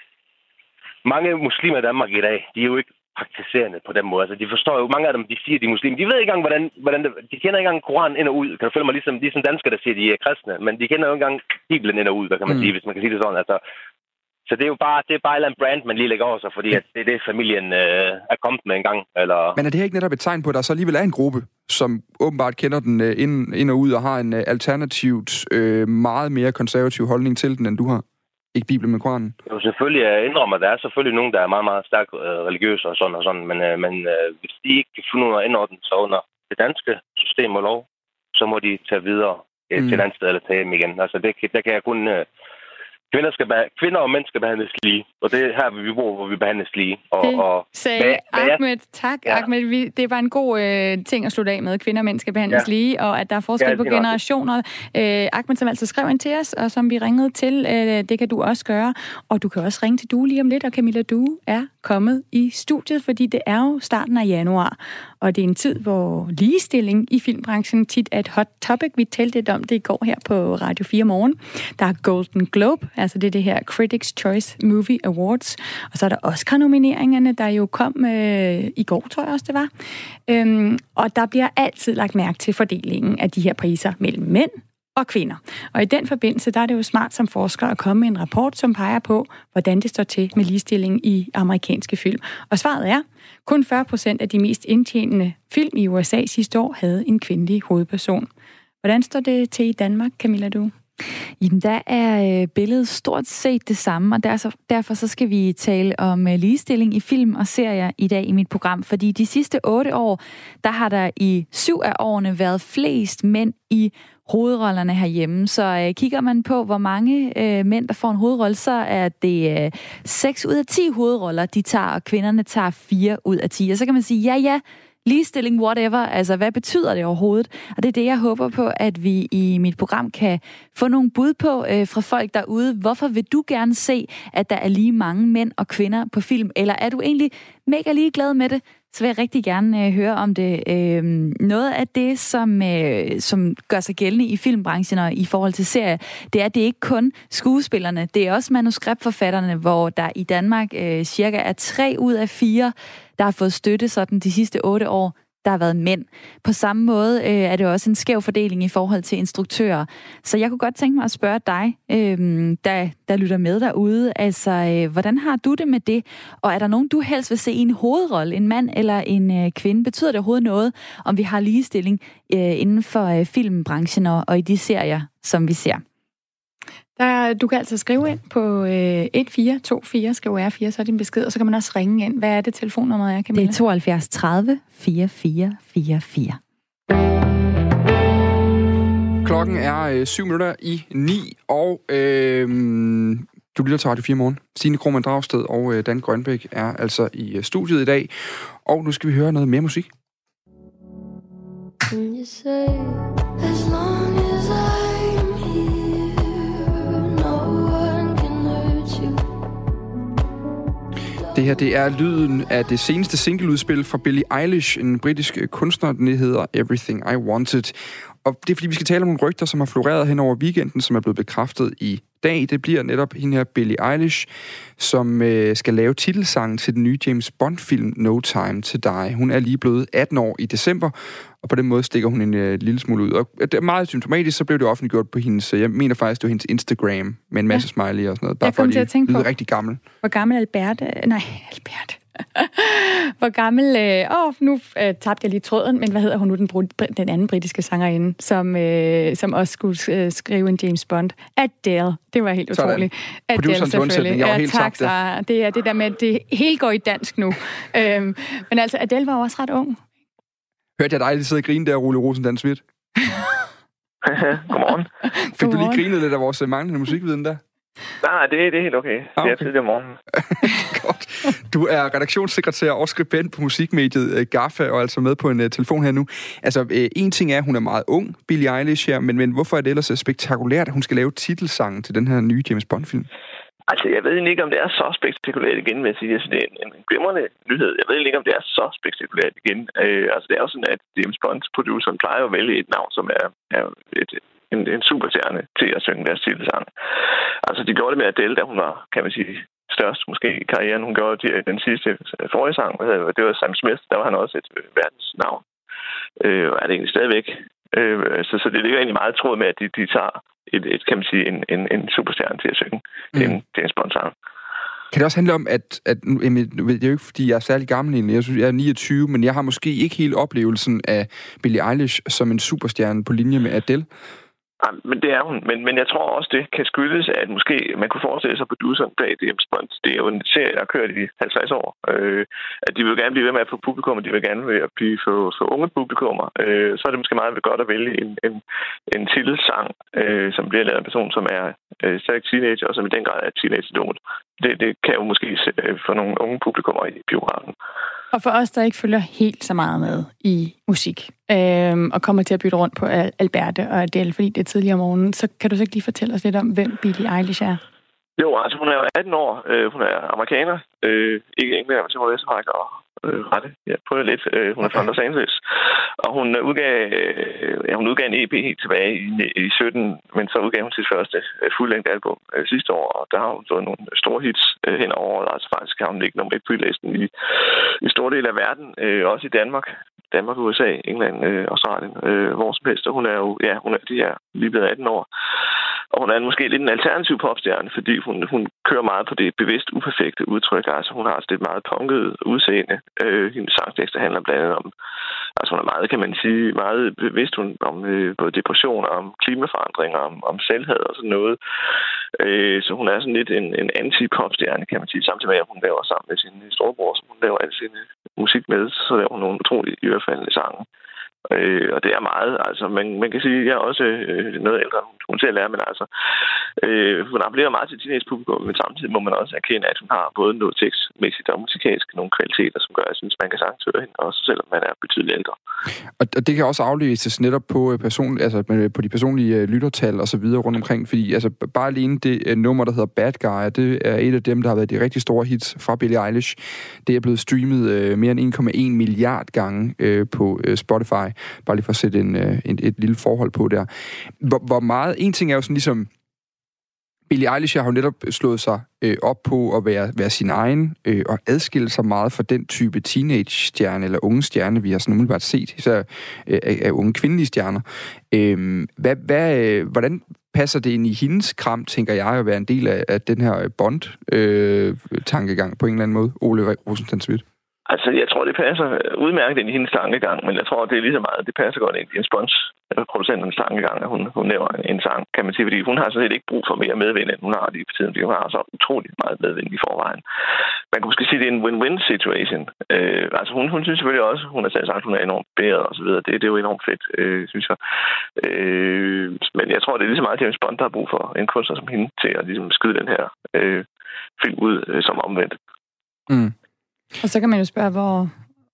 mange muslimer i Danmark i dag, de er jo ikke praktiserende på den måde. Altså, de forstår jo, mange af dem, de siger, de er muslimer. De ved ikke engang, hvordan, hvordan det, de kender ikke engang Koranen ind og ud. Kan du følge mig ligesom, de er som danskere, der siger, de er kristne, men de kender jo ikke engang Bibelen ind og ud, hvad kan man mm. sige, hvis man kan sige det sådan. Altså, så det er jo bare, det er bare et eller andet brand, man lige lægger over sig, fordi at det er det, familien øh, er kommet med en gang. Eller... Men er det her ikke netop et tegn på, at der så alligevel er en gruppe, som åbenbart kender den øh, ind, ind og ud, og har en øh, alternativt, øh, meget mere konservativ holdning til den, end du har? Ikke Bibelen, men Koranen? Jo, selvfølgelig. Jeg indrømmer, at der er selvfølgelig nogen, der er meget, meget stærkt øh, religiøse og sådan og sådan, men, øh, men øh, hvis de ikke kan finde ud af at indordne sig under det danske system og lov, så må de tage videre øh, mm. til et andet sted eller tage hjem igen. Altså, det, der kan jeg kun... Øh, Kvinder, skal beha- kvinder og mænd skal behandles lige, og det er her, vi bor, hvor vi behandles lige. Og, det og, sagde hvad, hvad Ahmed. Jeg... Tak, ja. Ahmed. Vi, det var en god øh, ting at slutte af med. Kvinder og mænd skal behandles ja. lige, og at der er forskel ja, på generationer. Øh, Ahmed, som altså skrev ind til os, og som vi ringede til, øh, det kan du også gøre. Og du kan også ringe til Due lige om lidt, og Camilla, du er kommet i studiet, fordi det er jo starten af januar, og det er en tid, hvor ligestilling i filmbranchen tit er et hot topic. Vi talte lidt om det i går her på Radio fire Morgen. Der er Golden Globe, altså det er det her Critics' Choice Movie Awards, og så er der Oscar-nomineringerne, der jo kom øh, i går, tror jeg også det var. Øhm, og der bliver altid lagt mærke til fordelingen af de her priser mellem mænd og kvinder. Og i den forbindelse, der er det jo smart som forsker at komme med en rapport, som peger på, hvordan det står til med ligestilling i amerikanske film. Og svaret er, kun fyrre procent af de mest indtjenende film i U S A sidste år havde en kvindelig hovedperson. Hvordan står det til i Danmark, Camilla Due? Jamen, der er billedet stort set det samme, og derfor så skal vi tale om ligestilling i film og serier i dag i mit program, fordi de sidste otte år, der har der i syv af årene været flest mænd i hovedrollerne herhjemme. Så øh, kigger man på, hvor mange øh, mænd, der får en hovedrolle, så er det øh, seks ud af ti hovedroller, de tager, og kvinderne tager fire ud af ti. Og så kan man sige, ja, ja, ligestilling, whatever, altså hvad betyder det overhovedet? Og det er det, jeg håber på, at vi i mit program kan få nogle bud på øh, fra folk derude. Hvorfor vil du gerne se, at der er lige mange mænd og kvinder på film? Eller er du egentlig mega ligeglad med det? Så vil jeg rigtig gerne øh, høre om det. Øh, noget af det, som, øh, som gør sig gældende i filmbranchen og i forhold til serier, det er, at det ikke kun skuespillerne, det er også manuskriptforfatterne, hvor der i Danmark øh, cirka er tre ud af fire, der har fået støtte sådan de sidste otte år, der har været mænd. På samme måde øh, er det også en skæv fordeling i forhold til instruktører. Så jeg kunne godt tænke mig at spørge dig, øh, der, der lytter med derude, altså, øh, hvordan har du det med det? Og er der nogen, du helst vil se i en hovedrolle, en mand eller en øh, kvinde? Betyder det overhovedet noget, om vi har ligestilling øh, inden for øh, filmbranchen og, og i de serier, som vi ser? Der, du kan altså skrive ind på øh, et fire to fire, skriv R fire, så er din besked, og så kan man også ringe ind. Hvad er det telefonnummeret er, Camilla? Det er tooghalvfjerds tredive fireogfyrre fireogfyrre. Klokken er øh, syv minutter i ni, og øh, du lytter til Radio fire Morgen. Signe Krohmann Dragsted og øh, Dan Grønbæk er altså i øh, studiet i dag, og nu skal vi høre noget mere musik. You say, as long as I'm here, no one can hurt you. Det her, det er lyden af det seneste singleudspil fra Billie Eilish, en britisk kunstner, den hedder Everything I Wanted. Og det er, fordi vi skal tale om nogle rygter, som har floreret hen over weekenden, som er blevet bekræftet i dag. Det bliver netop hende her Billie Eilish, som øh, skal lave titelsangen til den nye James Bond-film No Time to Die. Hun er lige blevet atten år i december, og på den måde stikker hun en øh, lille smule ud. Og det er meget symptomatisk, så blev det offentliggjort på hendes, jeg mener faktisk, det var hendes Instagram, med en masse ja. smiley og sådan noget. Bare jeg kom til at tænke på, rigtig gammel. Hvor gammel Albert... Nej, Albert... Hvor gammel... Øh, åh, nu øh, tabte jeg lige tråden, men hvad hedder hun nu, den, den anden britiske sangerinde, som, øh, som også skulle øh, skrive en James Bond? Adele. Det var helt utroligt. Adele, selvfølgelig. Jeg var ja, helt tak, Sara. Det er det der med, at det hele går i dansk nu. øhm, men altså, Adele var også ret ung. Hørte jeg dig lige sidde og grine der, Ole Rosendans Vidt? Godmorgen. Fik du lige grinet lidt af vores manglende musikviden der? Nej, det, det er helt okay. okay. Det er tidligere om morgenen. Godt. Du er redaktionssekretær og skribent på musikmediet Gaffa, og altså med på en uh, telefon her nu. Altså, uh, en ting er, at hun er meget ung, Billie Eilish her, men, men hvorfor er det ellers spektakulært, at hun skal lave titelsangen til den her nye James Bond-film? Altså, jeg ved ikke, om det er så spektakulært igen, vil jeg sige. Altså, det er en, en glimrende nyhed. Jeg ved ikke, om det er så spektakulært igen. Øh, altså, det er jo sådan, at James Bond-produceren plejer at vælge et navn, som er, er et, en, en superstjerne til at synge deres titelsang. Altså, de gjorde det med Adele, da hun var, kan man sige, størst måske i karrieren. Hun gjorde det, den sidste forrige sang. Det var Sam Smith. Der var han også et verdensnavn. Øh, og er det egentlig stadigvæk. Øh, så, så det ligger egentlig meget tråd med, at de, de tager et, et, kan man sige, en, en, en superstjerne til at synge mm. en James Bond-sang. Kan det også handle om, at, at det er jo ikke, fordi jeg er særlig gammel egentlig, jeg synes, jeg er niogtyve, men jeg har måske ikke helt oplevelsen af Billie Eilish som en superstjerne på linje med Adele? Ja, men det er hun. Men, men jeg tror også, det kan skyldes, at måske man kunne forestille sig produceren bag James Bond. Det er jo en serie, der har kørt i halvtreds år. Øh, at de vil gerne blive ved med at få publikum, og de vil gerne at blive for, for unge publikummer. Øh, så er det måske meget godt at vælge en, en, en titelsang, øh, som bliver lavet af en person, som er øh, stadig teenager, og som i den grad er teenage-idol. Det, det kan jo måske få nogle unge publikummer i biografen. Og for os, der ikke følger helt så meget med i musik, øhm, og kommer til at bytte rundt på Alberte og Adele, fordi det er tidligere om morgenen, så kan du så ikke lige fortælle os lidt om, hvem Billie Eilish er? Jo, altså hun er jo atten år. Øh, hun er amerikaner. Øh, ikke englænder, men så må jeg så og øh, rette. Jeg prøver lidt. Øh, hun er fra Los Angeles. Og hun udgav, øh, ja, hun udgav en E P helt tilbage i, i sytten, men så udgav hun sit første øh, fuldlængde album øh, sidste år, og der har hun fået nogle store hits øh, hen over året. Altså faktisk har hun ligget nummer et på listen i, i store dele af verden, øh, også i Danmark. Danmark, U S A, England, øh, Australien, øh, hvor som helst. Og hun er jo, ja, hun er, de er lige blevet atten år. Og hun er måske lidt en alternativ popstjerne, fordi hun, hun kører meget på det bevidst uperfekte udtryk. Altså hun har et meget punket udseende. Øh, hendes sangtekster handler blandt andet om, altså hun er meget, kan man sige, meget bevidst om øh, både depression, om klimaforandringer, om, om selvhed og sådan noget. Øh, så hun er sådan lidt en, en anti-popstjerne, kan man sige, samtidig med, at hun laver sammen med sin storebror, som hun laver al sin musik med, så laver hun nogle utroligt iørefaldende sange. Øh, og det er meget, altså man, man kan sige, at jeg er også øh, noget ældre, hun til at lære, men altså øh, hun appellerer meget til teenage-publikum, men samtidig må man også erkende, at hun har både noget tekstmæssigt og musikalsk nogle kvaliteter, som gør, at jeg synes, man kan sagtens høre hende, også selvom man er betydeligt ældre. Og, og det kan også aflæses netop på, person, altså, på de personlige lyttertal og så videre rundt omkring, fordi altså, bare alene det uh, nummer, der hedder Bad Guy, det er et af dem, der har været de rigtig store hits fra Billie Eilish. Det er blevet streamet uh, mere end en komma en milliard gange uh, på uh, Spotify. Bare lige for at sætte en, en, et lille forhold på der. Hvor, hvor meget... En ting er jo sådan ligesom... Billie Eilish har jo netop slået sig øh, op på at være, være sin egen øh, og adskille sig meget fra den type teenage-stjerne eller unge stjerne, vi har sådan umiddelbart set, især øh, af, af unge kvindelige stjerner. Øh, hvad, hvad, øh, hvordan passer det ind i hendes kram, tænker jeg, at være en del af, af den her Bond-tankegang øh, på en eller anden måde, Ole Rosenthal-Schmidt? Altså, jeg tror, det passer udmærket ind i hendes tankegang, men jeg tror, det er lige så meget, det passer godt ind i en spons producenternes tankegang, at hun, hun laver en sang, kan man sige, fordi hun har sådan set ikke brug for mere medvind, end hun har lige på tiden, fordi hun har så utroligt meget medvind i forvejen. Man kan måske sige, at det er en win-win situation. Øh, altså, hun, hun synes selvfølgelig også, hun har selv sagt, at hun er enormt bedre og så videre. Det, det er jo enormt fedt, øh, synes jeg. Øh, men jeg tror, det er lige så meget James Bond, der har brug for en kunstner som hende til at ligesom skyde den her øh, film ud øh, som omvendt. Mm. Og så kan man jo spørge, hvor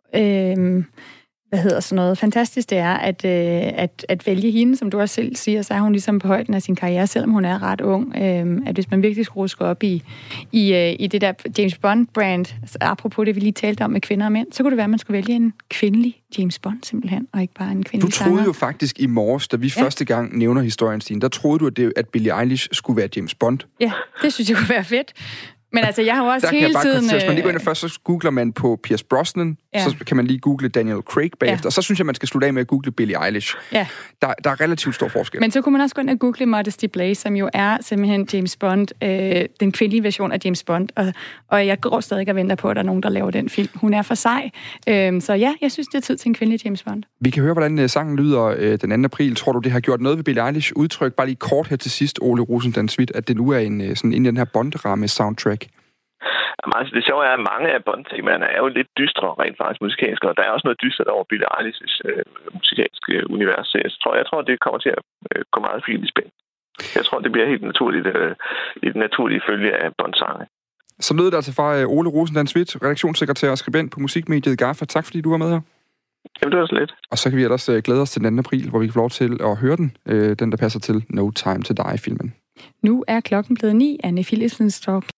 øh, hvad hedder sådan noget fantastisk det er, at, øh, at, at vælge hende, som du også selv siger, så er hun ligesom på højden af sin karriere, selvom hun er ret ung. Øh, at hvis man virkelig skulle ruske op i, i, øh, i det der James Bond-brand, altså, apropos det, vi lige talte om med kvinder og mænd, så kunne det være, at man skulle vælge en kvindelig James Bond simpelthen, og ikke bare en kvindelig sanger. Du troede sanger. jo faktisk i morges, da vi ja. første gang nævner historien, Stine, der troede du, at, det, at Billie Eilish skulle være James Bond. Ja, det synes jeg kunne være fedt. Men altså, jeg har jo også der hele tiden... Hvis man lige går ind og først, så googler man på Pierce Brosnan, ja. så kan man lige google Daniel Craig bagefter, ja. og så synes jeg, man skal slutte af med at google Billie Eilish. Ja. Der, der er relativt stor forskel. Men så kunne man også gå ind og google Modesty Blaise, som jo er simpelthen James Bond, øh, den kvindelige version af James Bond, og, og jeg går stadig og venter på, at der er nogen, der laver den film. Hun er for sej. Øh, så ja, jeg synes, det er tid til en kvindelig James Bond. Vi kan høre, hvordan sangen lyder øh, den anden april. Tror du, det har gjort noget ved Billie Eilish udtryk? Bare lige kort her til sidst, Ole Rosenthal-Schmidt, at det nu er en, sådan, ind i den her Bond-ramme-soundtrack. Jamen, altså, det sjove er, at mange af Bond-temaerne er jo lidt dystre, rent faktisk musikalsk, og der er også noget dystert over Billie Eilish's øh, musikalske univers. Så jeg tror, jeg tror, det kommer til at øh, gå meget fint i spil. Jeg tror, det bliver helt naturligt øh, i den naturlige følge af Bond-sange. Så lød det altså fra øh, Ole Rosenthal-Schmidt, redaktionssekretær og skribent på musikmediet Gaffa. Tak fordi du var med her. Jamen, det var så lidt. Og så kan vi ellers øh, glæde os til den anden april, hvor vi kan få lov til at høre den, øh, den der passer til No Time to Die-filmen. Nu er klokken blevet ni. Anne Philipsen står